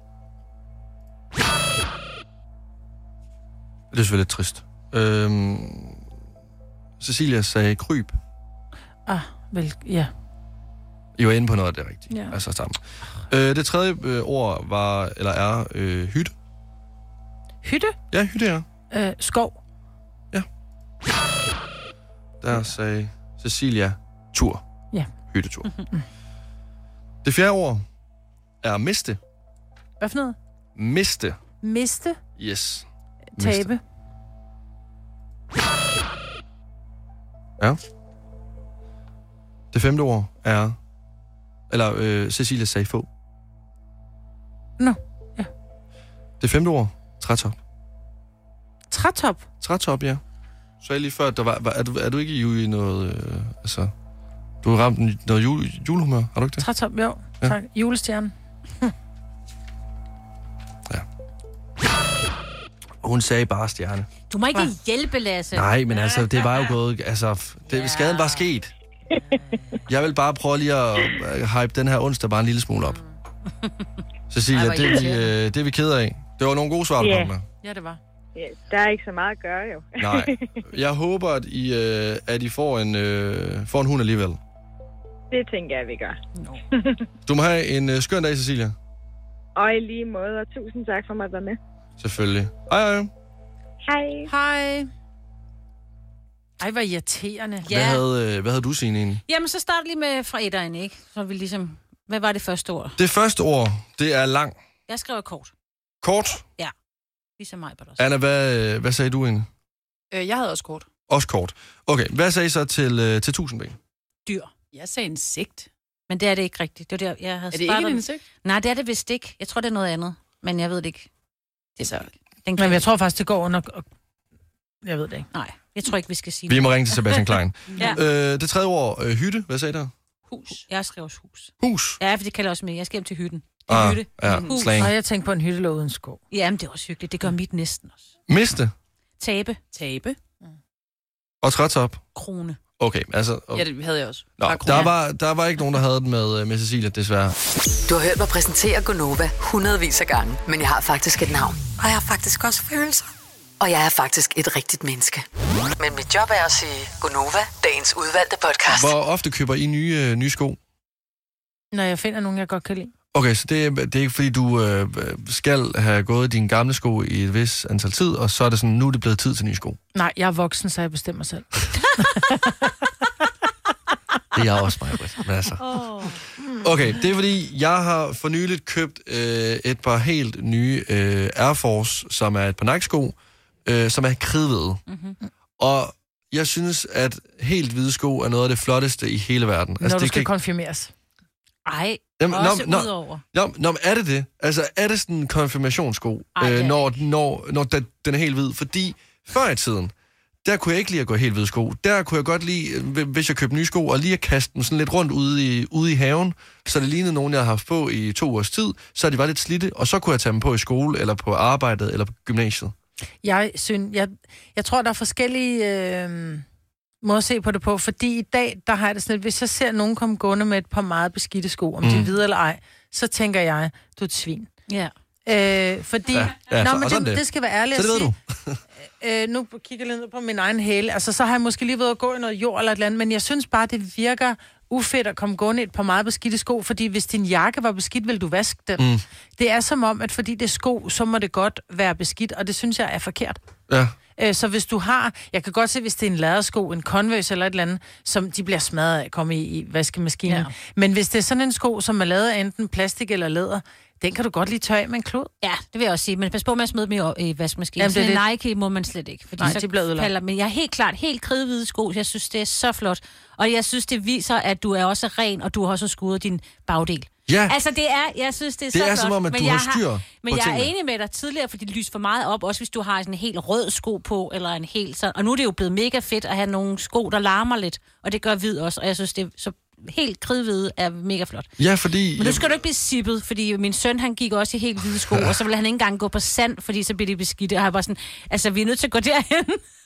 Det er selvfølgelig lidt trist. Øhm, Cecilia sagde kryb. Ah, vel, ja. I var inde på noget af det rigtigt. Ja. Altså sammen. Øh, det tredje øh, ord var, eller er, øh, hytte. Hytte? Ja, hytte er. Øh, skov. Der sagde Cecilia tur. Ja. Hyttetur. Det fjerde ord er miste. Hvad for noget? Miste. Miste. Yes. Tabe. Ja. Det femte ord er... Eller øh, Cecilia sagde få. Nå, ja. Det femte ord, trætop. Trætop? Trætop, ja. Så jeg lige før, at der var, var, er, du, er du ikke i noget... Øh, altså... Du har ramt en- noget jule, julehumør, har du ikke det? Trætop, jo. Ja. Tak. Julestjerne. Hun sagde bare stjerne. Du må ikke hjælpe, Lasse. Nej, men altså, det var jo gået... Altså, det, skaden var sket. Jeg vil bare prøve lige at øh, hype den her onsdag bare en lille smule op. Cecilia, Ej, hvor det, er vi, irriterende. øh, det er vi ked af. Det var nogle gode svar, du Ja. kom med. Ja, det var. Ja, der er ikke så meget at gøre, jo. Nej. Jeg håber, at I, øh, at I får, en, øh, får en hund alligevel. Det tænker jeg, vi gør. Du må have en øh, skøn dag, Cecilia. Og i lige måde, og tusind tak for mig at være med. Selvfølgelig. Hej, hej. Hej. Hej. Ej, hvor irriterende. Hvad, havde, øh, hvad havde du, Signe, egentlig? Jamen, så start lige med fra etteren, ikke? Så vi ligesom... Hvad var det første ord? Det første ord, det er lang. Jeg skrev kort. Kort? Ja. Ligesom mig på det. Anna, hvad, hvad sagde du egentlig? Øh, jeg havde også kort. Også kort. Okay, hvad sagde I så til, øh, til tusindben? Dyr. Jeg sagde insekt. Men det er det ikke rigtigt. Det var der, jeg havde er det ikke et insekt? Nej, det er det vist ikke. Jeg tror, det er noget andet. Men jeg ved det ikke. Det er så... Den Men jeg tror faktisk, det går under... Jeg ved det ikke. Nej, jeg tror ikke, vi skal sige Vi må ringe til Sebastian Klein. ja. øh, det tredje ord, øh, hytte. Hvad sagde der? Hus. Jeg skrev også hus. Hus? Ja, for det kalder også mig. Jeg skal hjem til hytten. Ah, hytte. ja, hus. slang. Og jeg tænkte på en hyttelåg uden sko. Jamen, det er også hyggeligt. Det gør mit næsten også. Miste? Tabe. Tabe. Og trætop? Krone. Okay, altså... Ja, det havde jeg også. Nå, der var, der var ikke nogen, der havde den med, med Cecilia, desværre. Du har hørt mig præsentere Gonova hundredvis af gange, men jeg har faktisk et navn. Og jeg har faktisk også følelser. Og jeg er faktisk et rigtigt menneske. Men mit job er at sige Gonova, dagens udvalgte podcast. Hvor ofte køber I nye, øh, nye sko? Når jeg finder nogen, jeg godt kan lide. Okay, så det, er- det er ikke fordi, du øh, skal have gået dine gamle sko i et vis antal tid, og så er det sådan, nu er det blevet tid til nye sko. Nej, jeg er voksen, så jeg bestemmer selv. Det er jeg også mig, Britt. Men altså. Okay, det er fordi, jeg har for nyligt købt øh, et par helt nye øh, Air Force, som er et par Nike-sko, øh, som er kridhvide. Mm-hmm. Og jeg synes, at helt hvide sko er noget af det flotteste i hele verden. Når du det skal konfirmeres. Ej, Jamen, også nå, nå, udover. Nå, nå, er det det? Altså, er det sådan en konfirmationssko, Ej, det øh, er når, når, når da, den er helt hvid? Fordi før i tiden, der kunne jeg ikke lide at gå helt hvide sko. Der kunne jeg godt lide, øh, hvis jeg købte nye sko, og lige at kaste dem sådan lidt rundt ude i, ude i haven, så det lignede nogen, jeg har haft på i to års tid, så de var lidt slidte, og så kunne jeg tage dem på i skole, eller på arbejdet, eller på gymnasiet. Jeg, synes, jeg, jeg tror, der er forskellige øh, måder at se på det på, fordi i dag, der har jeg det sådan lidt, hvis jeg ser nogen komme gående med et par meget beskidte sko, om mm. de er hvide eller ej, så tænker jeg, du er et svin. Ja. Øh, fordi, Ja, ja, nå, så- men og sådan det, det. det skal være ærligt Så det at ved sige. Øh, nu kigger jeg lidt ned på min egen hæle. Altså, så har jeg måske lige været at gå i noget jord eller et eller andet, men jeg synes bare, det virker ufedt at komme gående i et par meget beskidte sko, fordi hvis din jakke var beskidt, ville du vaske den. Mm. Det er som om, at fordi det er sko, så må det godt være beskidt, og det synes jeg er forkert. Ja. Øh, Så hvis du har, jeg kan godt se, hvis det er en lædersko, en Converse eller et eller andet, som de bliver smadret af at komme i, i vaskemaskinen. Ja. Men hvis det er sådan en sko, som er lavet af enten plastik eller læder, den kan du godt lige tørre af med en klud. Ja, det vil jeg også sige. Men pas på med at smide dem i, i vaskemaskinen. Jamen, det er Sådan en det. Nike må man slet ikke. Fordi Nej, så de bliver ødelagt. falder, men jeg er helt klart helt kridhvide sko. Jeg synes, det er så flot. Og jeg synes, det viser, at du er også ren, og du har også skudt din bagdel. Ja. Altså, det er, jeg synes, det er, Det så er flot. som om, at Men du jeg har styr Men på jeg tingene. er enig med dig tidligere, fordi det lyser for meget op, også hvis du har sådan en helt rød sko på, eller en helt sådan. Og nu er det jo blevet mega fedt at have nogle sko, der larmer lidt, og det gør hvid også. Og jeg synes, det er så helt kridhvide er mega flot. Ja, fordi... Men nu skal du ikke blive sippet, fordi min søn, han gik også i helt hvide sko, og så ville han ikke engang gå på sand, fordi så bliver de beskidte. Og jeg bare sådan, altså, vi er nødt til at gå derhen.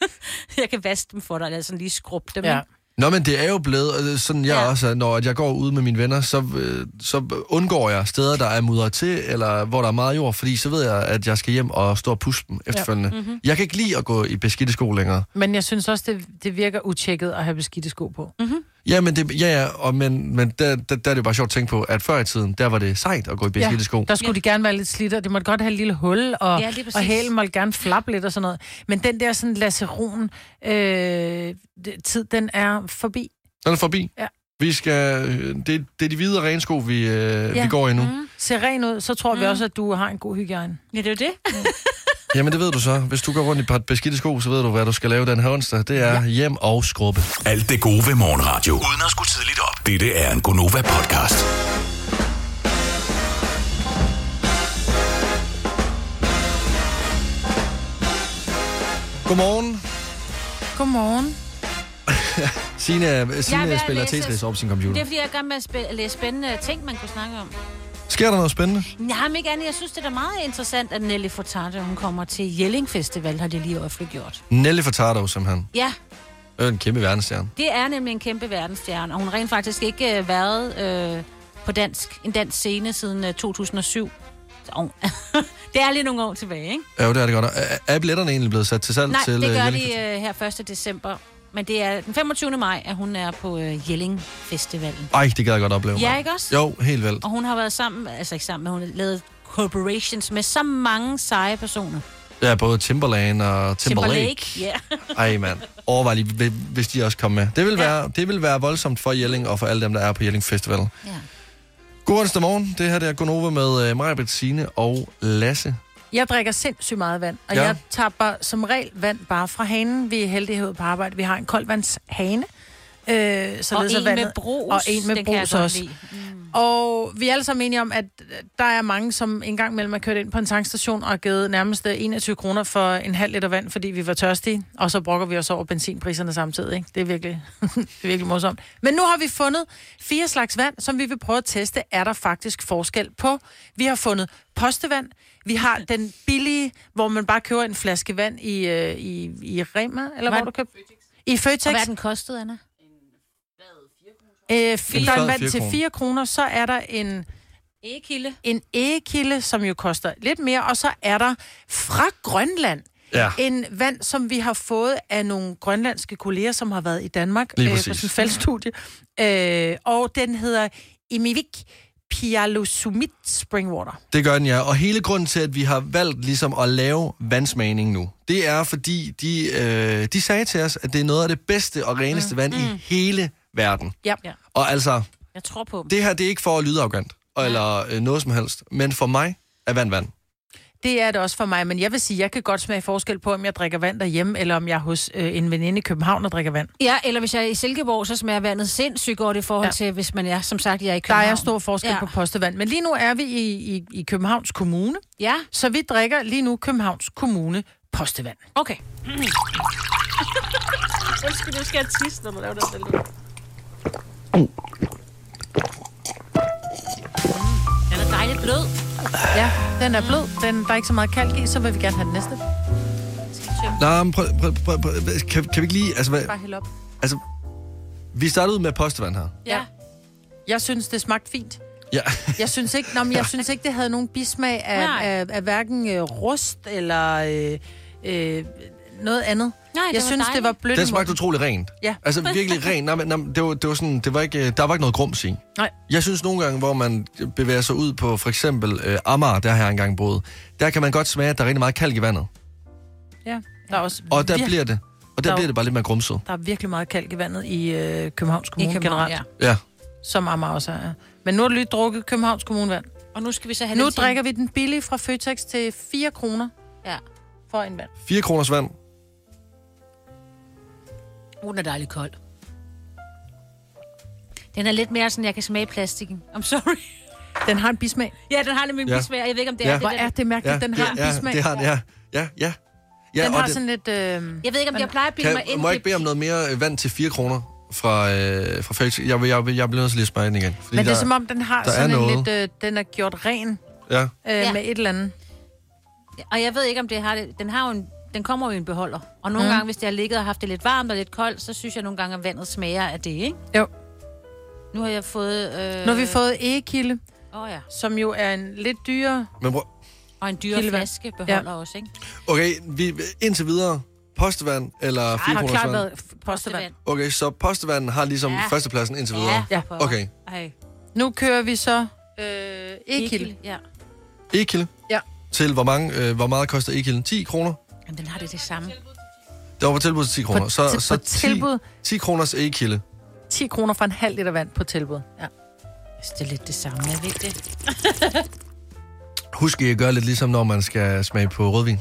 Jeg kan vaske dem for dig, eller sådan lige skrubbe dem. Ja. Ja. Nå, men det er jo blevet, og sådan jeg ja. også, er, når jeg går ud med mine venner, så, øh, så undgår jeg steder, der er mudret til, eller hvor der er meget jord, fordi så ved jeg, at jeg skal hjem og stå og puste dem efterfølgende. Ja. Mhm. Jeg kan ikke lide at gå i beskidte sko længere. Men jeg synes også, det, det virker utjekket at have beskidte sko på. Mm-hmm. Ja, men, det, ja, ja, og, men, men der, der, der er det jo bare sjovt at tænke på, at før i tiden, der var det sejt at gå i beskidte Ja, sko. der skulle ja. de gerne være lidt slidte, og det måtte godt have et lille hul, og, Ja, lige præcis. og hælen måtte gerne flappe lidt og sådan noget. Men den der sådan laceron øh, tid, den er forbi. Den er forbi. Ja. Vi skal, det, det er de hvide rene sko, vi, øh, vi går i nu. Mm. Ser ren ud, så tror mm. vi også, at du har en god hygiejne. Ja, det er jo det. Jamen, det ved du så. Hvis du går rundt i et par beskidte sko, så ved du, hvad du skal lave den her onsdag. Det er ja. hjem og skrubbe. Alt det gode ved morgenradio, uden at skulle tidligt op. Dette er en Gonova-podcast. Godmorgen. Godmorgen. Signe, Jeg er ved Signe at spiller læse- Tetris op på sin computer. Det er, fordi jeg er i gang med at spæ- læse spændende ting, man kunne snakke om. Sker der noget spændende? Nej, men ikke andet. Jeg synes, det er da meget interessant, at Nelly Furtado, hun kommer til Jelling Festival, har det lige offentliggjort. Nelly Furtado, simpelthen. Ja, Det er en kæmpe verdensstjerne. det er nemlig en kæmpe verdensstjerne, og hun har rent faktisk ikke øh, været øh, på dansk, en dansk scene siden øh, to tusind og syv. Så, det er lige nogle år tilbage, ikke? Ja, det er det godt. Er, er billetterne egentlig blevet sat til salg Nej, til det øh, gør Jelling de Festival? øh, her første december. Men det er den femogtyvende maj, at hun er på øh, Jelling Festivalen. Ej, det gad jeg godt opleve. Ja, ikke også? Jo, helt vildt. Og hun har været sammen, altså ikke sammen, men hun har lavet corporations med så mange seje personer. Ja, både Timberland og Timberlake. Timberlake, ja. Ej, mand. Overvej lige, hvis de også kom med. Det vil, være, det vil være voldsomt for Jelling og for alle dem, der er på Jelling Festival. Ja. God onsdag morgen. Det her det er Gonova med uh, Maja, Signe og Lasse. Jeg drikker sindssygt meget vand, og Ja. ja. jeg tapper som regel vand bare fra hanen. Vi er heldige herude på arbejde. Vi har en koldvandshane. Øh, så Og en med brus. Og en med Den kan jeg brus godt også. lide. Mm. Og vi er alle sammen enige om, at der er mange, som engang imellem er kørt ind på en tankstation og har givet nærmest enogtyve kroner for en halv liter vand, fordi vi var tørstige. Og så brokker vi os over benzinpriserne samtidig. Ikke? Det er virkelig, det er virkelig morsomt. Men nu har vi fundet fire slags vand, som vi vil prøve at teste. Er der faktisk forskel på? Vi har fundet postevand. Vi har den billige, hvor man bare køber en flaske vand i, øh, i, i Rema, eller Hvad? hvor du køber? I Føtex. Og hvad er den kostet, Anna? Øh, En der er en fad vand fire til kroner. fire kroner, så er der en egekilde, en egekilde, som jo koster lidt mere, og så er der fra Grønland Ja. en vand, som vi har fået af nogle grønlandske kolleger, som har været i Danmark Lige øh, præcis. på sådan en fældstudie. Øh, og den hedder Imivik Pialusumit Springwater. Det gør den, ja. Og hele grunden til, at vi har valgt ligesom at lave vandsmagning nu, det er, fordi de, øh, de sagde til os, at det er noget af det bedste og reneste mm. vand mm. i hele verden. Ja. ja. Og altså, Jeg tror på dem. det her, det er ikke for at lyde arrogant, eller øh, noget som helst, men for mig er vand vand. Det er det også for mig, men jeg vil sige, jeg kan godt smage forskel på, om jeg drikker vand derhjemme, eller om jeg er hos øh, en veninde i København og drikker vand. Ja, eller hvis jeg er i Silkeborg, så smager vandet sindssygt godt i forhold Ja. til, hvis man er, som sagt, jeg er i Der København. er stor forskel ja. på postevand, men lige nu er vi i, i, i Københavns Kommune, ja. så vi drikker lige nu Københavns Kommune postevand. Okay. Undskyld, du skal have tisse, når du laver den der lyd. Den er dejligt blød. Ja, den er blød. Den, der er ikke så meget kalk i, så vil vi gerne have den næste. Nej, men prøv, prøv, prøv, prøv. Kan, kan vi ikke lige... Altså, hvad, Bare hælde op. altså, vi startede ud med postevand her. Ja. Jeg synes, det smagte fint. Ja. Jeg synes ikke, nå, men jeg synes ikke det havde nogen bismag af, af, af hverken øh, rust eller øh, øh, noget andet. Nej, det jeg var synes, det var blødt. Den smagte utrolig rent. Ja. Altså virkelig rent. Nej, men, nej, det var, det var sådan, det var ikke, der var ikke noget grums i. Nej. Jeg synes nogle gange, hvor man bevæger sig ud på for eksempel øh, Amager, der har jeg engang boet, der kan man godt smage, at der er rigtig meget kalk i vandet. Ja, der er også Og der vir- bliver det. Og der, Der er bliver jo- det bare lidt mere grumset. Der er virkelig meget kalk i vandet i øh, Københavns Kommune København, generelt. Ja. Som Amager også er. Men nu har du lige drukket Københavns Kommune vand. Og nu skal vi så have Nu den til- drikker vi den billige fra Føtex til fire kroner Ja. for en vand. fire kroners vand. Uh, den er dejligt kold. Den er lidt mere sådan, jeg kan smage plastikken. I'm sorry. Den har en bismag. Ja, den har nemlig en Ja. bismag. Jeg ved ikke, om det Ja. er Hvor det. er det mærkeligt, den har en ja, bismag. det har den, ja. Ja, ja. ja Den og har det, sådan lidt... Øh... Jeg ved ikke, om jeg plejer at bilde mig kan, ind. må jeg ikke bede om noget mere øh, vand til fire kroner fra, øh, fra Føtex? Jeg, jeg, jeg, jeg bliver nødt til lige at smage den igen. Fordi Men det er der- som om, den har der er sådan en noget. lidt... Øh, den er gjort ren Ja. øh, Ja. med et eller andet. Og jeg ved ikke, om det har det. Den har jo en, den kommer jo i en beholder. Og nogle Mm. mm. gange, hvis det har ligget og haft det lidt varmt og lidt koldt, så synes jeg nogle gange, at vandet smager af det, ikke? Jo. Nu har jeg fået... Øh... Nu har vi fået egekilde, Åh oh, ja. som jo er en lidt dyrere... Men prøv, Og en dyre Kildevand. flaske beholder ja. også, ikke? okay, vi, indtil videre, postevand eller fire har kroners klart vand? været postevand. Okay, så postevand har ligesom Ja. førstepladsen indtil videre? Ja. Okay. Ej. Nu kører vi så øh, egekilde. Ja. E-kilde? Ja. Til hvor, mange, øh, hvor meget koster e-kilden? ti kroner? Men den har det det samme. Det var på tilbud til ti kroner. På, Så, til, så på tilbud ti kroners e-kilde. ti kroner for en halv liter vand på tilbud. Ja. Det er lidt det samme, jeg ved det. Husk I at gøre lidt ligesom, når man skal smage på rødvin.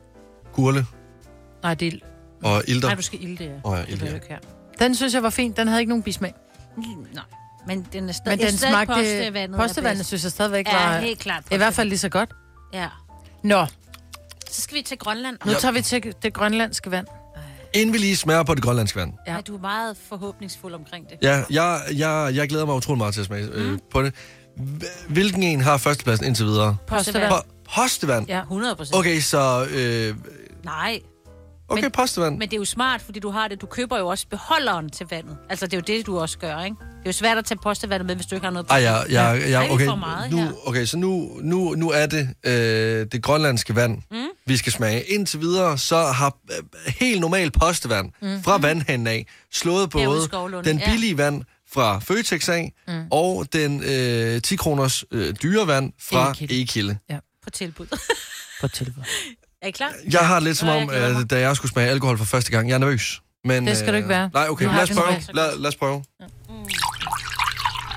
Gurle Nej, det er... og ilter. Nej, du skal ilde det, ja. Åh ja, Det ilter, vil ja. jeg ikke her. Den synes jeg var fin. Den havde ikke nogen bismag. Nej, men den er stadig... Men den smagte... Postevandet, Postevandet synes jeg stadigvæk Ja, var... helt klart I hvert fald lige så godt. Ja. Nå, Så skal vi til Grønland. nu tager vi til det grønlandske vand. Inden vi lige smager på det grønlandske vand. Ja. Du er meget forhåbningsfuld omkring det. Ja, jeg, jeg, jeg glæder mig utrolig meget til at smage øh, på det. Hv- Hvilken en har førstepladsen indtil videre? Postevand. Po- postevand? Ja, hundrede procent. Okay, så... Øh, Nej. okay, men, postevand. Men det er jo smart, fordi du har det. Du køber jo også beholderen til vandet. Altså, det er jo det, du også gør, ikke? Det er jo svært at tage postevandet med, hvis du ikke har noget på. Ej, ja, ja, ja, Ej, vi okay. får meget Nu, her. okay, så nu, nu, nu er det øh, det grønlandske vand, mm. vi skal smage. Indtil videre, så har øh, helt normal postevand mm. fra vandhanen af slået Herude i både Skovlunde, den ja. billige vand fra Føtex af, mm. og den øh, ti kroners øh, dyre vand fra Egekilde. Egekilde. Ja. På tilbud. På tilbud. Er I klar? Jeg har det lidt som Nå, om, jeg glæder mig. øh, da jeg skulle smage alkohol for første gang. Jeg er nervøs. Men, Det skal du ikke være. Nej, okay, Du har lad os den prøve. så Lad, lad os prøve.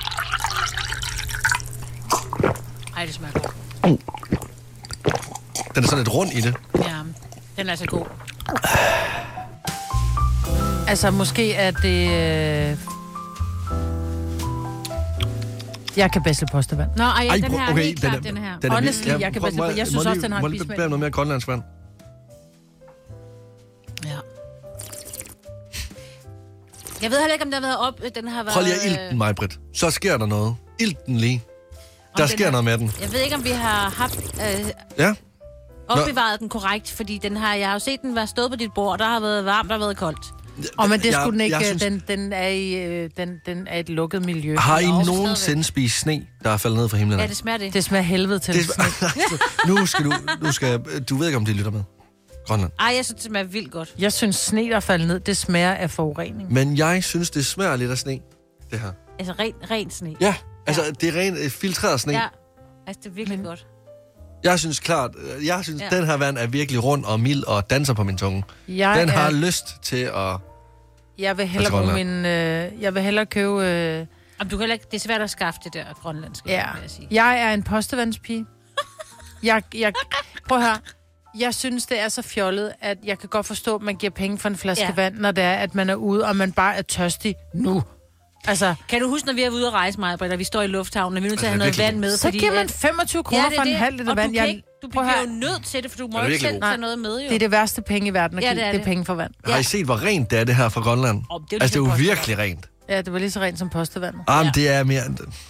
Ej, det smager godt. Den er sådan lidt rund i det. Ja, den er så god. Altså, måske er det... Øh... Jeg kan bedst lide postevand. Nå, ej, Ej, den her er okay, helt den klart, er- den her. Den er Honestly, virkelig- jeg kan prøv- bedst lide- må- jeg synes må også, lige- den har en må lige bismag. bære noget mere grønlandsvand. Jeg ved heller ikke, om den har været op... Den har været, Prøv lige at ilte den, Maj-Brit. Så sker der noget. Ilt den lige. Der den sker har- noget med den. Jeg ved ikke, om vi har haft... Øh, Ja. opbevaret den korrekt, fordi den har, jeg har jo set den være stået på dit bord, der har været varmt, der har været koldt. Og men det Jeg- skulle den ikke... jeg Synes... synes- Den, den, er i, øh, den, den er et lukket miljø. Har I Den er også nogensinde stadigvæk- spist sne, der er faldet ned fra himlen? Ja, det smager det. Det smager helvede til. Det Det smager- Nu skal du... Nu skal, du ved ikke, om de lytter med. Grønland. Ej, jeg synes, det smager vildt godt. Jeg synes, sne, der falder ned, det smager af forurening. Men jeg synes, det smager lidt af sne, det her. Altså, ren, ren sne. Ja, altså, ja. det er rent øh, filtreret sne. Ja, altså, det er virkelig Men... godt. Jeg synes klart, øh, jeg synes, Ja. ja. den her vand er virkelig rund og mild og danser på min tunge. Jeg den har er- lyst til at... Jeg vil hellere Jeg tror, bruge den min... Øh, jeg vil hellere købe... Øh, Om du kan heller ikke, det er svært at skaffe det der grønlandske, ja. vil jeg sige. Jeg er en postevandspige. jeg, jeg, prøv at høre. Jeg synes, det er så fjollet, at jeg kan godt forstå, at man giver penge for en flaske Ja. ja. vand, når det er, at man er ude, og man bare er tørstig nu. Altså, Kan du huske, når vi er ude at rejse, Maja, og vi står i lufthavnen, og vi er nødt til at have Altså, noget virkelig. vand med? så giver man femogtyve kroner det er for en det. halv liter Og vand. Du, kan Jeg- ikke, du prøv at bliver høre. jo nødt til det, for du må Er det ikke virkelig selv god? tage noget med, jo. Det er det værste penge i verden at Ja, give. det er det er det. penge for vand. Har I set, hvor rent det er, det her fra Grønland? Oh, det er jo altså, det er jo ligesom virkelig rent. Ja, det var lige så rent som postevandet. Ah, men det er mere...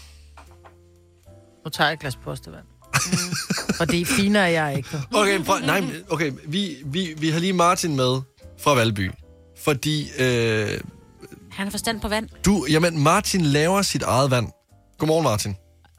Nu tager jeg et glas postevand. Mm. Fordi finere er jeg ikke. Okay, prøv, nej, men- okay vi, vi, vi har lige Martin med fra Valby. Fordi øh, Han har forstand på vand. du... Jamen, Martin laver sit eget vand. Godmorgen, Martin.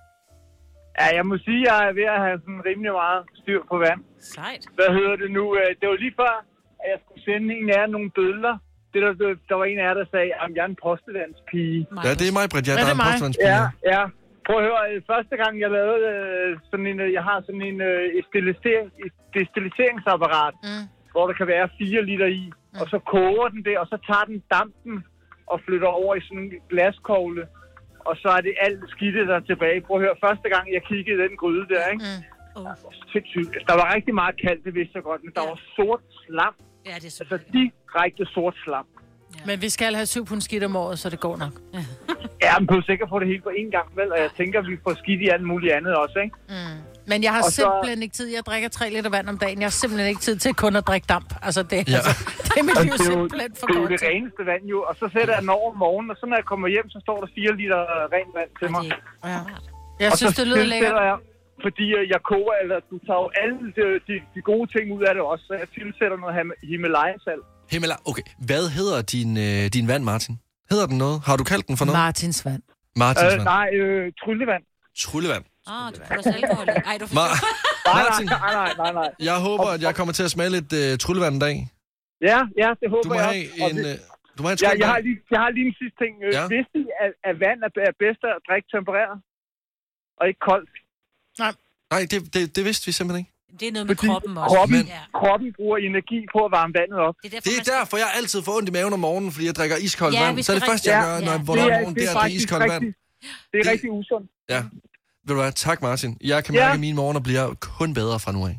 Ja, jeg må sige, at jeg er ved at have sådan rimelig meget styr på vand. Sejt. Hvad hedder det nu? Øh, Det var lige før, at jeg skulle sende en af jer nogle billeder. Det der, der var en af jer, der sagde, at jeg er en postevandspige. Ja, det er mig, Britt. Ja, der er en postevandspige. Ja, ja. Prøv at høre, øh, første gang jeg lavede øh, sådan en, øh, jeg har sådan en øh, et sterilisering, et destilleringsapparat, mm. hvor der kan være fire liter i, mm. og så koger den det, og så tager den dampen og flytter over i sådan en glaskogle, og så er det alt skidtet der tilbage. Prøv at høre, første gang jeg kiggede i den gryde der, ikke? Mm. Oh. Sindssygt. Der var rigtig meget kaldt, det vidste jeg godt, men der ja. var sort slam. Ja, det er så altså direkte sort slam. Ja. Men vi skal have syv pund skidt om året, så det går nok. Ja. Ja, men du er sikker på det hele på én gang, vel? Og jeg tænker, vi får skidt i alt muligt andet også, ikke? Mm. Men jeg har Og så- simpelthen ikke tid. Jeg drikker tre liter vand om dagen. Jeg har simpelthen ikke tid til kun at drikke damp. Altså, det, Ja. altså, det er mit Og liv det er jo, simpelthen for det, er jo godt det til. reneste vand jo, og så sætter jeg den over om morgenen, og så når jeg kommer hjem, så står der fire liter rent vand til mig. Ja. Jeg og synes, så det lyder tilsætter lækkert. Jeg, fordi øh, jeg koger, eller du tager jo alle de, de, de gode ting ud af det også, så jeg tilsætter noget Him- Himalaya-salt. Himalaya. Okay, hvad hedder din, øh, din vand, Martin? Hedder den noget? Har du kaldt den for noget? Martins vand. Martins Øh, vand. nej, øh, tryllevand. Tryllevand. Ah, du putter også alkohol i. Ej, du Ma- Nej, Martin, nej, nej, nej, nej. jeg håber, at jeg kommer til at smage lidt øh, tryllevand en dag. Ja, ja, det håber Du må jeg have også. Og en, det- øh, du må have en ja, skål jeg, vand. har lige, jeg har lige en sidste ting. Ja. Ja. Vidste I, at, at vand er, er bedst at drikke tempereret? Og ikke koldt? Nej. Nej, det, det, det vidste vi simpelthen ikke. Det er noget med kroppen også. Kroppen, Men- kroppen bruger energi på at varme vandet op. Det er derfor, Det er derfor, jeg altid får ondt i maven om morgenen, fordi jeg drikker iskoldt Ja, vand. vi Så er det skal første, jeg rigtig- gør, ja, når jeg ja. vågner om Det er- morgenen, det det er er at drikke faktisk iskoldt vand. rigtig- Det er rigtig usundt. Ja. Ved du hvad? Tak, Martin. Jeg kan Ja. mærke, at mine morgener bliver kun bedre fra nu af.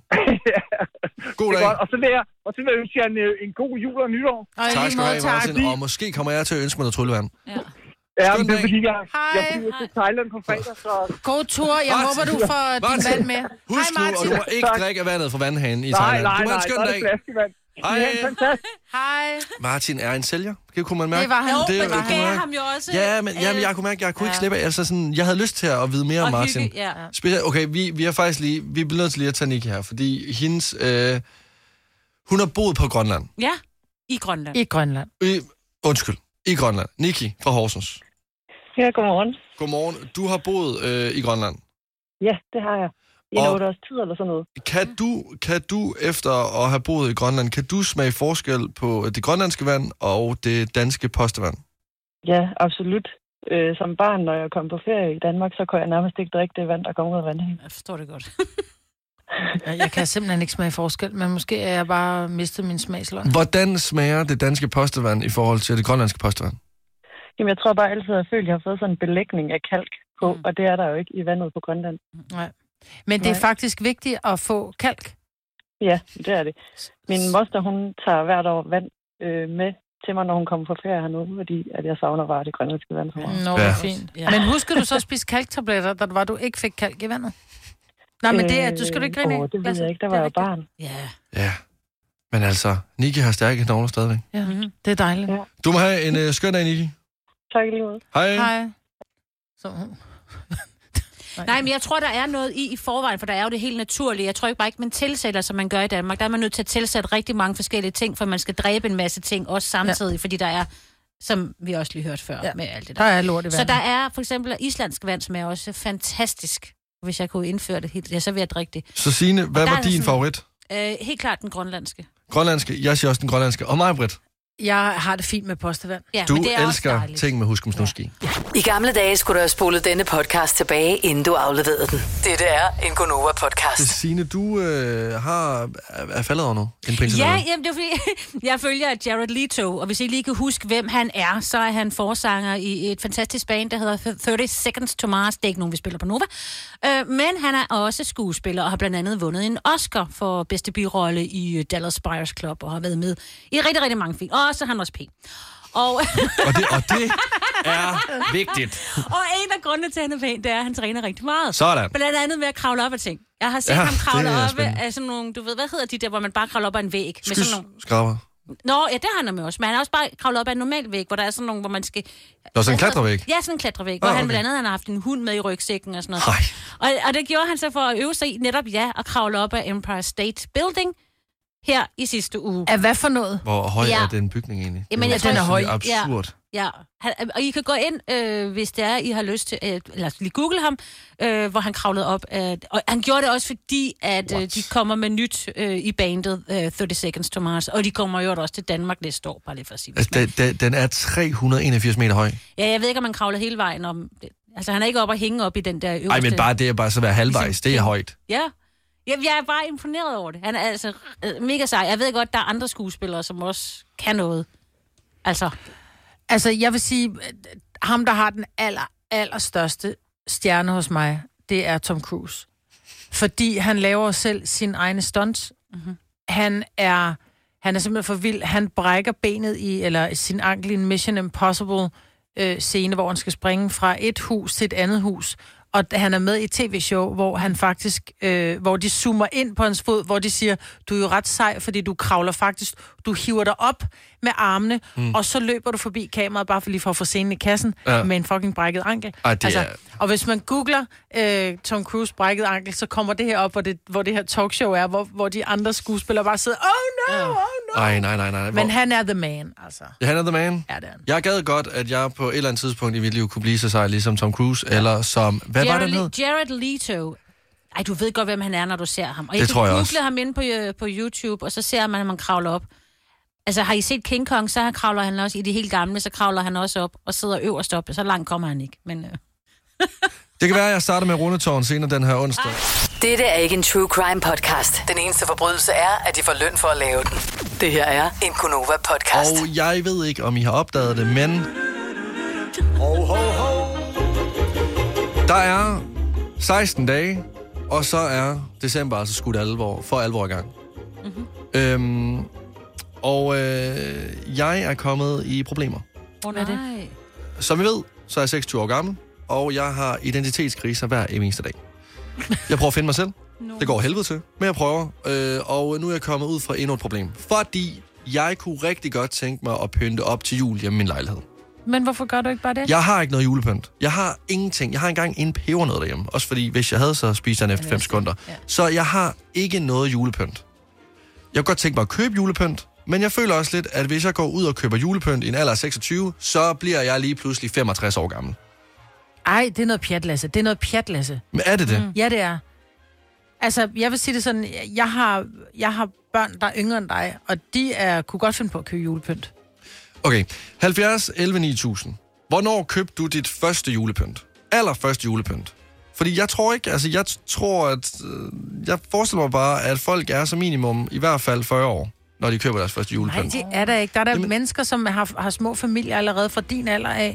God Det er dag. godt. Og så vil jeg, og så vil jeg ønske jer en, øh, en god jul og nytår. Og i Tak lige skal du måde, have, tak. Martin. Og måske kommer jeg til at ønske mig noget tryllevand. Ja, Skøn men det er dag. fordi, jeg, Hej. jeg flyver til Thailand på fredag, så... God tur. Jeg Martin. håber, du får din Martin. vand med. Husk nu, Hej, og du Martin. må ikke Tak. drikke af vandet fra vandhanen i Nej, Thailand. nej, Du må have nej, en skøn så er det dag. flaskevand. Hej. Det er en fantastisk. Hej. Martin er en sælger. Det kunne man mærke. Det var han. Jo, Det- men det du kunne man gav mærke. ham jo også... Ja, men jamen, jeg kunne mærke, jeg kunne ikke slippe af. Altså sådan, jeg havde lyst til at vide mere om Og Martin. hygge, ja. Specielt, okay, vi, vi er faktisk lige, vi bliver nødt til lige at tage Niki her, fordi hendes, øh, hun har boet på Grønland. Ja, i Grønland. I Grønland. I, undskyld, i Grønland. Niki fra Horsens. Ja, godmorgen. Godmorgen. Du har boet øh, i Grønland. Ja, det har jeg. I Og- otte års tid eller sådan noget. Kan du, kan du, efter at have boet i Grønland, kan du smage forskel på det grønlandske vand og det danske postevand? Ja, absolut. Øh, som barn, når jeg kom på ferie i Danmark, så kunne jeg nærmest ikke drikke det vand, der kommer ud af vandhanen. Jeg forstår det godt. Ja, jeg kan simpelthen ikke smage forskel, men måske er jeg bare mistet min smagsløg. Hvordan smager det danske postevand i forhold til det grønlandske postevand? Jamen, jeg tror bare altid, at jeg føler, at jeg har fået sådan en belægning af kalk på, mm. og det er der jo ikke i vandet på Grønland. Nej. Men det er Nej. faktisk vigtigt at få kalk. Ja, det er det. Min moster, hun tager hvert år vand øh, med til mig, når hun kommer på ferie hernede, fordi at jeg savner bare det grønlandske vand så meget. Nå, ja. Fint. Ja. Men husker du så at spise kalktabletter, da var du ikke fik kalk i vandet? Nej, men det er, du skal du ikke grine af. Åh, det ved jeg ikke, der var jeg barn. Ja. Ja. Men altså, Niki har stærke knogler stadigvæk. Ja, mm-hmm. Det er dejligt. Ja. Du må have en uh, skøn dag, Niki. Tak lige måde. Hej. Hej. Så... Nej, men jeg tror, der er noget i i forvejen, for der er jo det helt naturlige. Jeg tror ikke bare ikke, man tilsætter, som man gør i Danmark. Der er man nødt til at tilsætte rigtig mange forskellige ting, for man skal dræbe en masse ting, også samtidig, ja. Fordi der er, som vi også lige hørte før, ja. Med alt det der. Der er lort i vandet. Så der er for eksempel islandsk vand, som er også fantastisk. Hvis jeg kunne indføre det helt, ja, så vil jeg drikke det. Så Signe, hvad var din sådan, favorit? Øh, helt klart den grønlandske. Grønlandske, jeg siger også den grønlandske. Og mig, Britt? Jeg har det fint med postevand. Ja, du elsker ting med huskumsnuski. Ja. I gamle dage skulle du have spolet denne podcast tilbage, inden du afleverede den. Dette er en Gonova-podcast. Signe, du øh, har er faldet over nu. Ja, jamen, det er fordi, jeg følger Jared Leto, og hvis I lige kan huske, hvem han er, så er han forsanger i et fantastisk band, der hedder thirty seconds to Mars. Det er ikke nogen, vi spiller på Nova. Øh, men han er også skuespiller, og har blandt andet vundet en Oscar for bedste birolle i Dallas Buyers Club, og har været med i rigtig, rigtig mange film. Og så er han også pæn. Og, og, det, og det er vigtigt. Og en af grundene til, at han er pæn, det er, at han træner rigtig meget. Sådan. Blandt andet med at kravle op af ting. Jeg har set ja, ham kravle op af sådan nogle, du ved, hvad hedder de der, hvor man bare kravler op af en væg? Skys, med sådan nogle... skraber. Nå, ja, det har han med også. Men han har også bare kravlet op af en normal væg, hvor der er sådan nogle, hvor man skal... Nå, sådan en klatrevæg? Ja, sådan en klatrevæg, hvor oh, okay. han blandt andet han har haft en hund med i rygsækken og sådan noget. Hej. Og, og det gjorde han så for at øve sig i netop, ja, at kravle op af Empire State Building her i sidste uge. Af hvad for noget? Hvor høj ja. er den bygning egentlig? Jamen, jeg den er høj. Absurd. Ja, ja. Og I kan gå ind, øh, hvis det er, I har lyst til, øh, eller lige google ham, øh, hvor han kravlede op. Øh, og han gjorde det også, fordi at øh, de kommer med nyt øh, i bandet øh, thirty seconds to Mars, og de kommer jo også til Danmark næste år, bare lige for at sige det. Altså, den, den er tre hundrede og enogfirs meter høj. Ja, jeg ved ikke, om man kravler hele vejen om... Altså, han er ikke oppe og hænge op i den der øverste... Nej, men bare det er bare så være halvvejs, det er højt. Ja. Jeg er bare imponeret over det. Han er altså øh, mega sej. Jeg ved godt, der er andre skuespillere, som også kan noget. Altså... Altså, jeg vil sige, ham, der har den aller, allerstørste stjerne hos mig, det er Tom Cruise. Fordi han laver selv sine egne stunts. Mm-hmm. Han er, han er simpelthen for vild. Han brækker benet i, eller sin ankel i en Mission Impossible øh, scene, hvor han skal springe fra et hus til et andet hus. Og han er med i et tv-show, hvor han faktisk, øh, hvor de zoomer ind på hans fod, hvor de siger, du er jo ret sej, fordi du kravler faktisk, du hiver dig op med armene, mm. og så løber du forbi kameraet, bare for lige for at få scenen i kassen, ja. Med en fucking brækket ankel. Ej, det altså, er... Og hvis man googler øh, Tom Cruise brækket ankel, så kommer det her op, hvor det, hvor det her talkshow er, hvor, hvor de andre skuespillere bare sidder, oh no, oh no. Ej, nej, nej, nej. Men hvor... han er the man, altså. Ja, han er the man? Ja, det er han. Jeg gad godt, at jeg på et eller andet tidspunkt i mit liv kunne blive så sej, ligesom Tom Cruise, ja. Eller som... Hvad Jared var det hed? Jared Leto. Ej, du ved godt, hvem han er, når du ser ham. Og det tror jeg også. Jeg kan google ham inde på, på YouTube, og så ser man, at man kravler op. Altså, har I set King Kong, så kravler han også i de helt gamle, så kravler han også op og sidder øverst op. Så langt kommer han ikke, men... Øh. Det kan være, at jeg starter med Rundetårn senere den her onsdag. Dette er ikke en true crime podcast. Den eneste forbrydelse er, at de får løn for at lave den. Det her er en Gonova podcast. Og jeg ved ikke, om I har opdaget det, men... Ho, ho, ho. Der er seksten dage, og så er december altså skudt alvor, for alvor i gang. Mm-hmm. Øhm, og øh, jeg er kommet i problemer. Hvor er det? Som I ved, så er jeg seksogtyve år gammel, og jeg har identitetskriser hver eneste dag. Jeg prøver at finde mig selv. No. Det går helvede til, men jeg prøver. Øh, og nu er jeg kommet ud fra endnu et problem. Fordi jeg kunne rigtig godt tænke mig at pynte op til jul hjemme i min lejlighed. Men hvorfor gør du ikke bare det? Jeg har ikke noget julepynt. Jeg har ingenting. Jeg har engang en pebernød derhjemme. Også fordi, hvis jeg havde, så spiste jeg den efter fem sekunder. Ja. Så jeg har ikke noget julepynt. Jeg kunne godt tænke mig at købe julepynt, men jeg føler også lidt, at hvis jeg går ud og køber julepynt i en alder af seksogtyve, så bliver jeg lige pludselig femogtres år gammel. Ej, det er noget pjat, Lasse. Det er noget pjat, Lasse. Men er det det? Mm. Ja, det er. Altså, jeg vil sige det sådan, jeg har, jeg har børn, der er yngre end dig, og de er, kunne godt finde på at købe julepynt. Okay, halvfjerds elleve ni tusind. Hvornår købte du dit første julepynt? Allerførste julepynt? Fordi jeg tror ikke, altså jeg tror, at... Øh, jeg forestiller mig bare, at folk er som minimum i hvert fald fyrre år, når de køber deres første julepynt. Nej, det er der ikke. Der er der Jamen... mennesker, som har, har små familier allerede fra din alder af,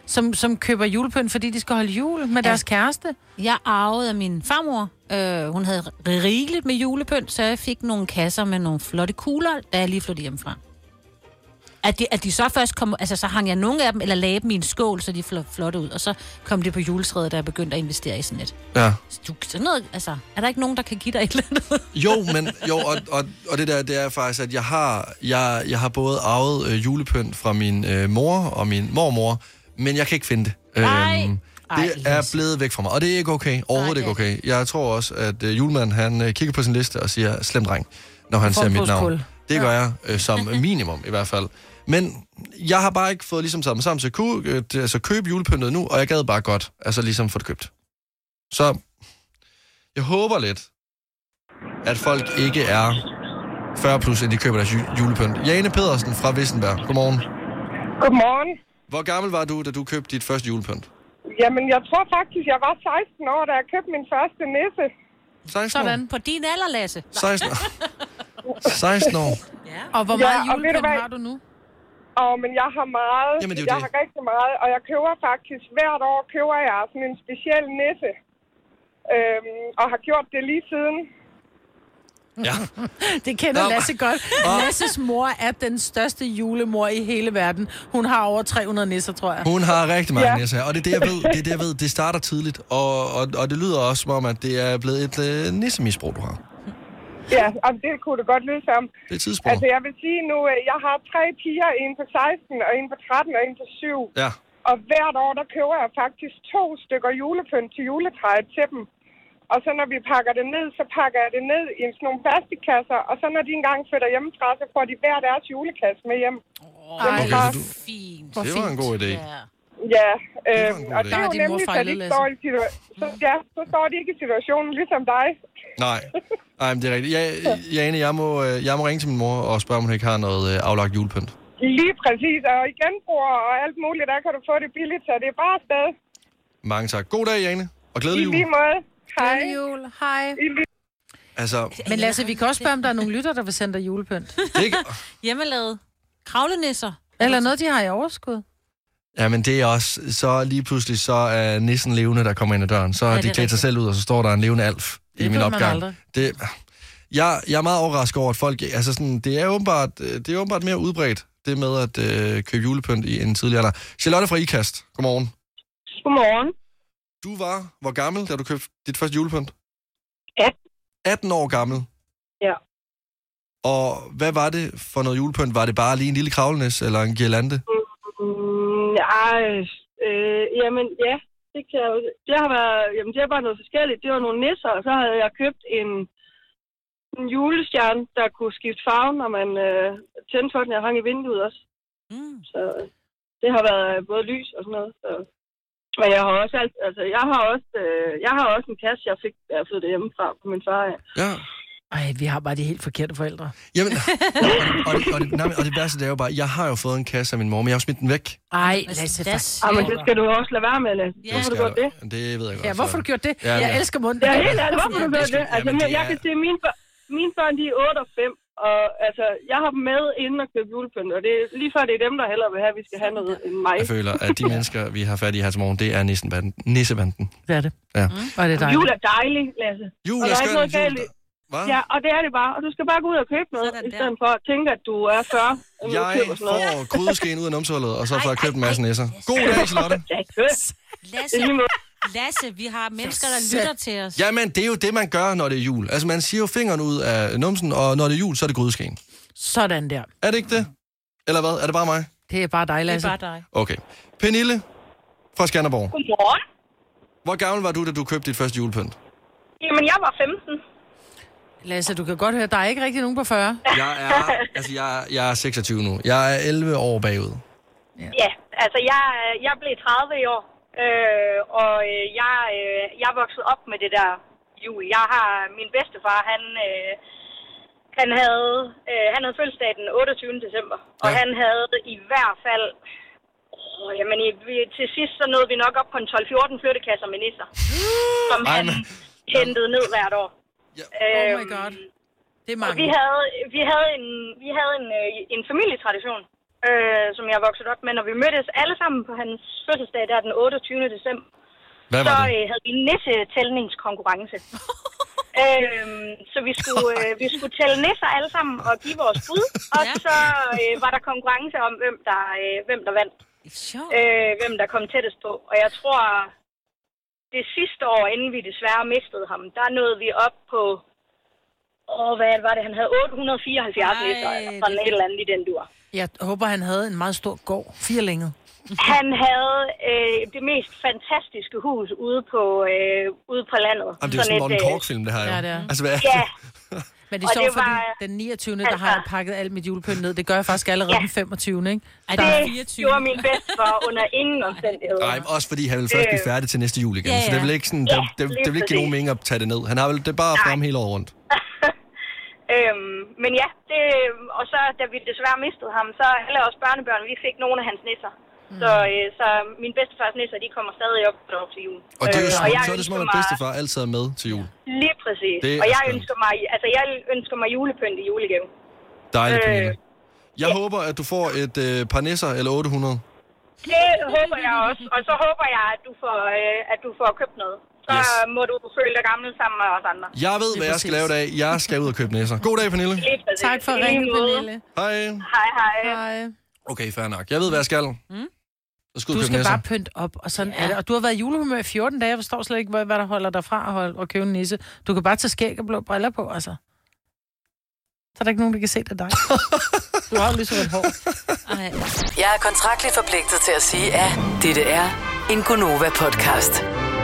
som, som køber julepynt, fordi de skal holde jul med ja. deres kæreste. Jeg arvede af min farmor. Øh, hun havde rigeligt med julepynt, så jeg fik nogle kasser med nogle flotte kugler, da jeg lige flyttede hjemmefra. At de, at de så først kom, altså så hang jeg nogle af dem, eller lagde dem i en skål, så de flå, flotte ud, og så kom de på juletræet, da jeg begyndte at investere i sådan et. Ja. Du, sådan noget, altså, er der ikke nogen, der kan give dig et eller andet? Jo, men, jo, og, og, og det der, det er faktisk, at jeg har, jeg, jeg har både arvet øh, julepynt fra min øh, mor og min mormor, men jeg kan ikke finde det. Nej. Øhm, det er blevet væk fra mig, og det er ikke okay. Overhovedet ikke okay. Jeg tror også, at øh, julemanden, han øh, kigger på sin liste og siger, slem dreng, når han ser mit navn. Det gør jeg, øh, som minimum i hvert fald. Men jeg har bare ikke fået ligesom sammen sammen til at kunne, øh, altså, købe julepyntet nu, og jeg gad bare godt, altså ligesom få det købt. Så jeg håber lidt, at folk ikke er fyrre plus, end de køber deres ju- julepynt. Jane Pedersen fra Vissenberg. Godmorgen. Godmorgen. Hvor gammel var du, da du købte dit første julepynt? Jamen, jeg tror faktisk, jeg var seksten år, da jeg købte min første nisse. seksten år? Sådan, på din alder, Lasse. seksten år. seksten år. Ja. Og hvor meget ja, julepynt har du nu? Åh, men jeg har meget. Jamen, det er jo jeg det. har rigtig meget, og jeg køber faktisk, hvert år køber jeg sådan en speciel nisse. Øhm, og har gjort det lige siden. Ja. Det kender Nå. Lasse godt. Lasses mor er den største julemor i hele verden. Hun har over tre hundrede nisser, tror jeg. Hun har rigtig mange Ja. nisser, og det er det, jeg ved. Det er det, jeg ved. Det starter tidligt, og, og, og det lyder også som om, at det er blevet et øh, nissemisbrug, du har. Ja, og det kunne det godt lyde som. Det er et tidsspor. Altså, jeg vil sige nu, at jeg har tre piger, en på seksten, og en på tretten, og en på syv. Ja. Og hvert år, der køber jeg faktisk to stykker julepynt til juletræet til dem. Og så når vi pakker det ned, så pakker jeg det ned i sådan nogle plastikkasser. Og så når de engang flytter hjemmefra, så får de hver deres julekasse med hjem. Oh, okay, så du... fint. Det var en god idé. Ja, ja øh, og det er jo idé. nemlig, så de ikke står i situa- så, ja, så står de ikke i situationen ligesom dig. Nej, nej, men det er rigtigt. Ja, Jane, jeg må, øh, jeg må ringe til min mor og spørge, om hun ikke har noget øh, aflagt julepynt. Lige præcis, og i genbrug og alt muligt, der kan du få det billigt, så det er bare afsted. Mange tak. God dag, Jane, og glædelig I jul. lige måde. Hej. Glædelig jul. Hej. Altså, Men Lasse, vi kan også spørge, om der er nogle lytter, der vil sende dig julepynt. det, Hjemmelavet. Kravlenisser. Eller noget, de har i overskud. ja, men det er også, så lige pludselig, så er nissen levende, der kommer ind ad døren. Så har Ja, ja, det de er klædt sig rigtigt. selv ud, og så står der en levende alf i Det min ved man opgang. aldrig. Det, jeg, jeg er meget overrasket over, at folk, altså sådan, det er åbenbart, det er åbenbart mere udbredt, det med at øh, købe julepynt i en tidligere alder. Charlotte fra Ikast, godmorgen. Godmorgen. Du var, hvor gammel, da du købte dit første julepynt? atten. atten år gammel. Ja. Og hvad var det for noget julepynt? Var det bare lige en lille kravlenis eller en girlande? Mm, ej, øh, jamen ja, det kan jeg jo. Det har været, jamen det er bare noget forskelligt. Det var nogle nisser, og så havde jeg købt en, en julestjerne, der kunne skifte farve, når man øh, tændte for den. Jeg hang i vinduet også. Mm. Så det har været både lys og sådan noget. Så. Men jeg har også alt, altså jeg har også, øh, jeg har også en kasse, jeg fik, da jeg flyttede hjemmefra på min far. Ja. Ja. Ej, vi har bare de helt forkerte forældre. Jamen, og, det, og, det, nej, og det værste, det er jo bare, jeg har jo fået en kasse af min mor, men jeg har jo smidt den væk. Ej, Lasse, for Ah, men det skal du også lade være med, Lasse. Det Hvorfor har du skal gjort det? jeg- Det ved jeg godt. Ja, hvorfor har du gjort det? Ja, Jeg ja. elsker munden. Ja, helt ærligt, hvorfor har du gjort det? Altså, Jamen, det jeg er- kan se, at mine, bør- mine børn, de er otte og fem, og altså, jeg har dem med inden at købe julepynt, og det er lige før det er dem, der hellere vil have, at vi skal have noget end mig. Jeg føler, at de mennesker, vi har fat i her til morgen, det er nissebanden. Nissebanden. Det er det. Ja. Mm. Og det er dejligt. Jul er dejligt, Lasse. Jul og er der er ikke skønt, noget galt jul i. Hvad? Ja, og det er det bare. Og du skal bare gå ud og købe noget, i stedet for at tænke, at du er fyrre. og nu Jeg køber sådan noget. får krydderskeen ud af numsehullet, og så får jeg købt en masse nisser. God dag, Charlotte. Ja, køb. Lasse, Lasse, vi har mennesker, der lytter til os. Jamen, det er jo det, man gør, når det er jul. Altså, man siger jo fingeren ud af numsen, og når det er jul, så er det grydeskeen. Sådan der. Er det ikke det? Eller hvad? Er det bare mig? Det er bare dig, Det Lasse. er bare dig. Okay. Pernille fra Skanderborg. Godmorgen. Hvor gammel var du, da du købte dit første julepynt? Jamen, jeg var femten. Lasse, du kan godt høre, der er ikke rigtig nogen på fyrre. Jeg er, altså, jeg, er- jeg er seksogtyve nu. Jeg er elleve år bagud. Ja, ja altså jeg, jeg blev tredive i år, øh, og øh, jeg, øh, jeg er vokset op med det der jul. Jeg har, min bedstefar, han, øh, han havde, øh, han havde fødselsdag den otteogtyvende december, og ja. Han havde i hvert fald, åh, jamen i, vi, til sidst så nåede vi nok op på en tolv fjorten flyttekasser med nisser, som Ej, han men... hentede ned hvert år. Oh my god. Det er mange. Og vi havde, vi havde en, vi havde en, øh, en familietradition. øh, som jeg er vokset op med, når vi mødtes alle sammen på hans fødselsdag, der den otteogtyvende december. Hvad var så det? øh, havde vi nissetælningskonkurrence. øhm, så vi skulle, øh, vi skulle tælle nisser alle sammen og give vores bud, og ja. så øh, var der konkurrence om, hvem der, øh, hvem der vandt. Øh, hvem der kom tættest på. Og jeg tror, det sidste år, inden vi desværre mistede ham, der nåede vi op på, åh, hvad var det, han havde otte hundrede fireoghalvfjerds nisser, eller sådan et eller andet i den dur. Jeg håber, han havde en meget stor gård. Firlænget. Han havde øh, det mest fantastiske hus ude på, øh, ude på landet. Jamen, det er jo sådan en Morten Korch-film, det her jo. Ja, det er. Altså, hvad er ja. det? Men det er sjovt, fordi den niogtyvende der har jeg pakket alt mit julepynt ned. Det gør jeg faktisk allerede ja. den femogtyvende, ikke? Ej, det er fireogtyvende. Gjorde min bedstefar under ingen omstændigheder. Nej, også fordi han vil først blive færdig til næste jul igen. Ja, ja. Så det vil ikke, sådan, ja, det, det, det vil ikke give nogen mening at tage det ned. Han har vel det bare frem hele året rundt. øhm, men ja, det, og så da vi desværre mistede ham, så alle os børnebørn, vi fik nogle af hans nisser. Mm. Så, øh, så min bedstefars nisser, de kommer stadig op til jul. Og det er jo øh, smukt, så er det som om, at bedstefar altid er med til jul. Lige præcis. Og jeg ønsker, mig, altså, jeg ønsker mig julepynt i julegave. Dejligt, Pernille. Øh, jeg ja. håber, at du får et øh, par nisser eller otte hundrede. Det håber jeg også. Og så håber jeg, at du får, øh, at du får købt noget. Så yes. må du føle dig gammel sammen med os andre. Jeg ved, hvad jeg skal lave i dag. Jeg skal ud og købe nisser. God dag, Pernille. Tak for at ringe, Pernille. Hej. Hej, hej. Hej. Okay, fair nok. Jeg ved, hvad jeg skal. Mm. Du skal nisser. Bare pynte op, og sådan ja. er det. Og du har været i julehumør i fjorten dage. Jeg forstår slet ikke, hvad der holder dig fra at holde, og købe en nisse. Du kan bare tage skæg og blå briller på, altså. Så er der ikke nogen, der kan se det dig. Du har jo ligesom et hår. Ej. Jeg er kontraktligt forpligtet til at sige, at dette er en Gonova-podcast.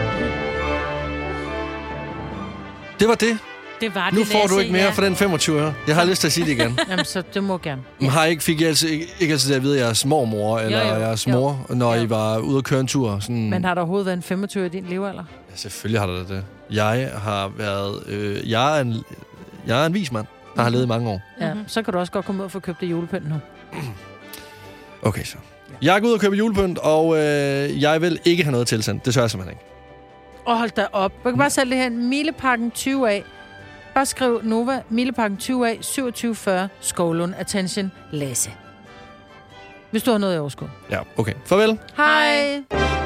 Det var det. Det var det, nu får Lasse, du ikke mere ja. for den femogtyve øre. Jeg har lyst til at sige det igen. Jamen, så det må gerne. Men har I ikke, fik I altså, ikke, ikke altid det at vide, at jeres mormor eller jo, jo. jeres mor, jo. når jo. I var ude at køre en tur? Sådan... Men har der overhovedet været en femogtyve i din levealder? Ja, selvfølgelig har der det. Jeg har været... Øh, jeg, er en, jeg er en vis mand, der har levet i mange år. Ja, mm-hmm. Så kan du også godt komme ud og få købt det julepynt nu. Okay, så. Jeg er gået ud og købe julepynt, og øh, jeg vil ikke have noget tilsendt. Det sørger jeg simpelthen ikke. Og hold da op. Du kan bare sælge det her. Milepakken tyve A. Bare skriv Nova, Milepakken tyve A, syvogtyve fyrre, Skovlund, Attention, Lasse. Hvis du har noget i overskud. Ja, okay. Farvel. Hej.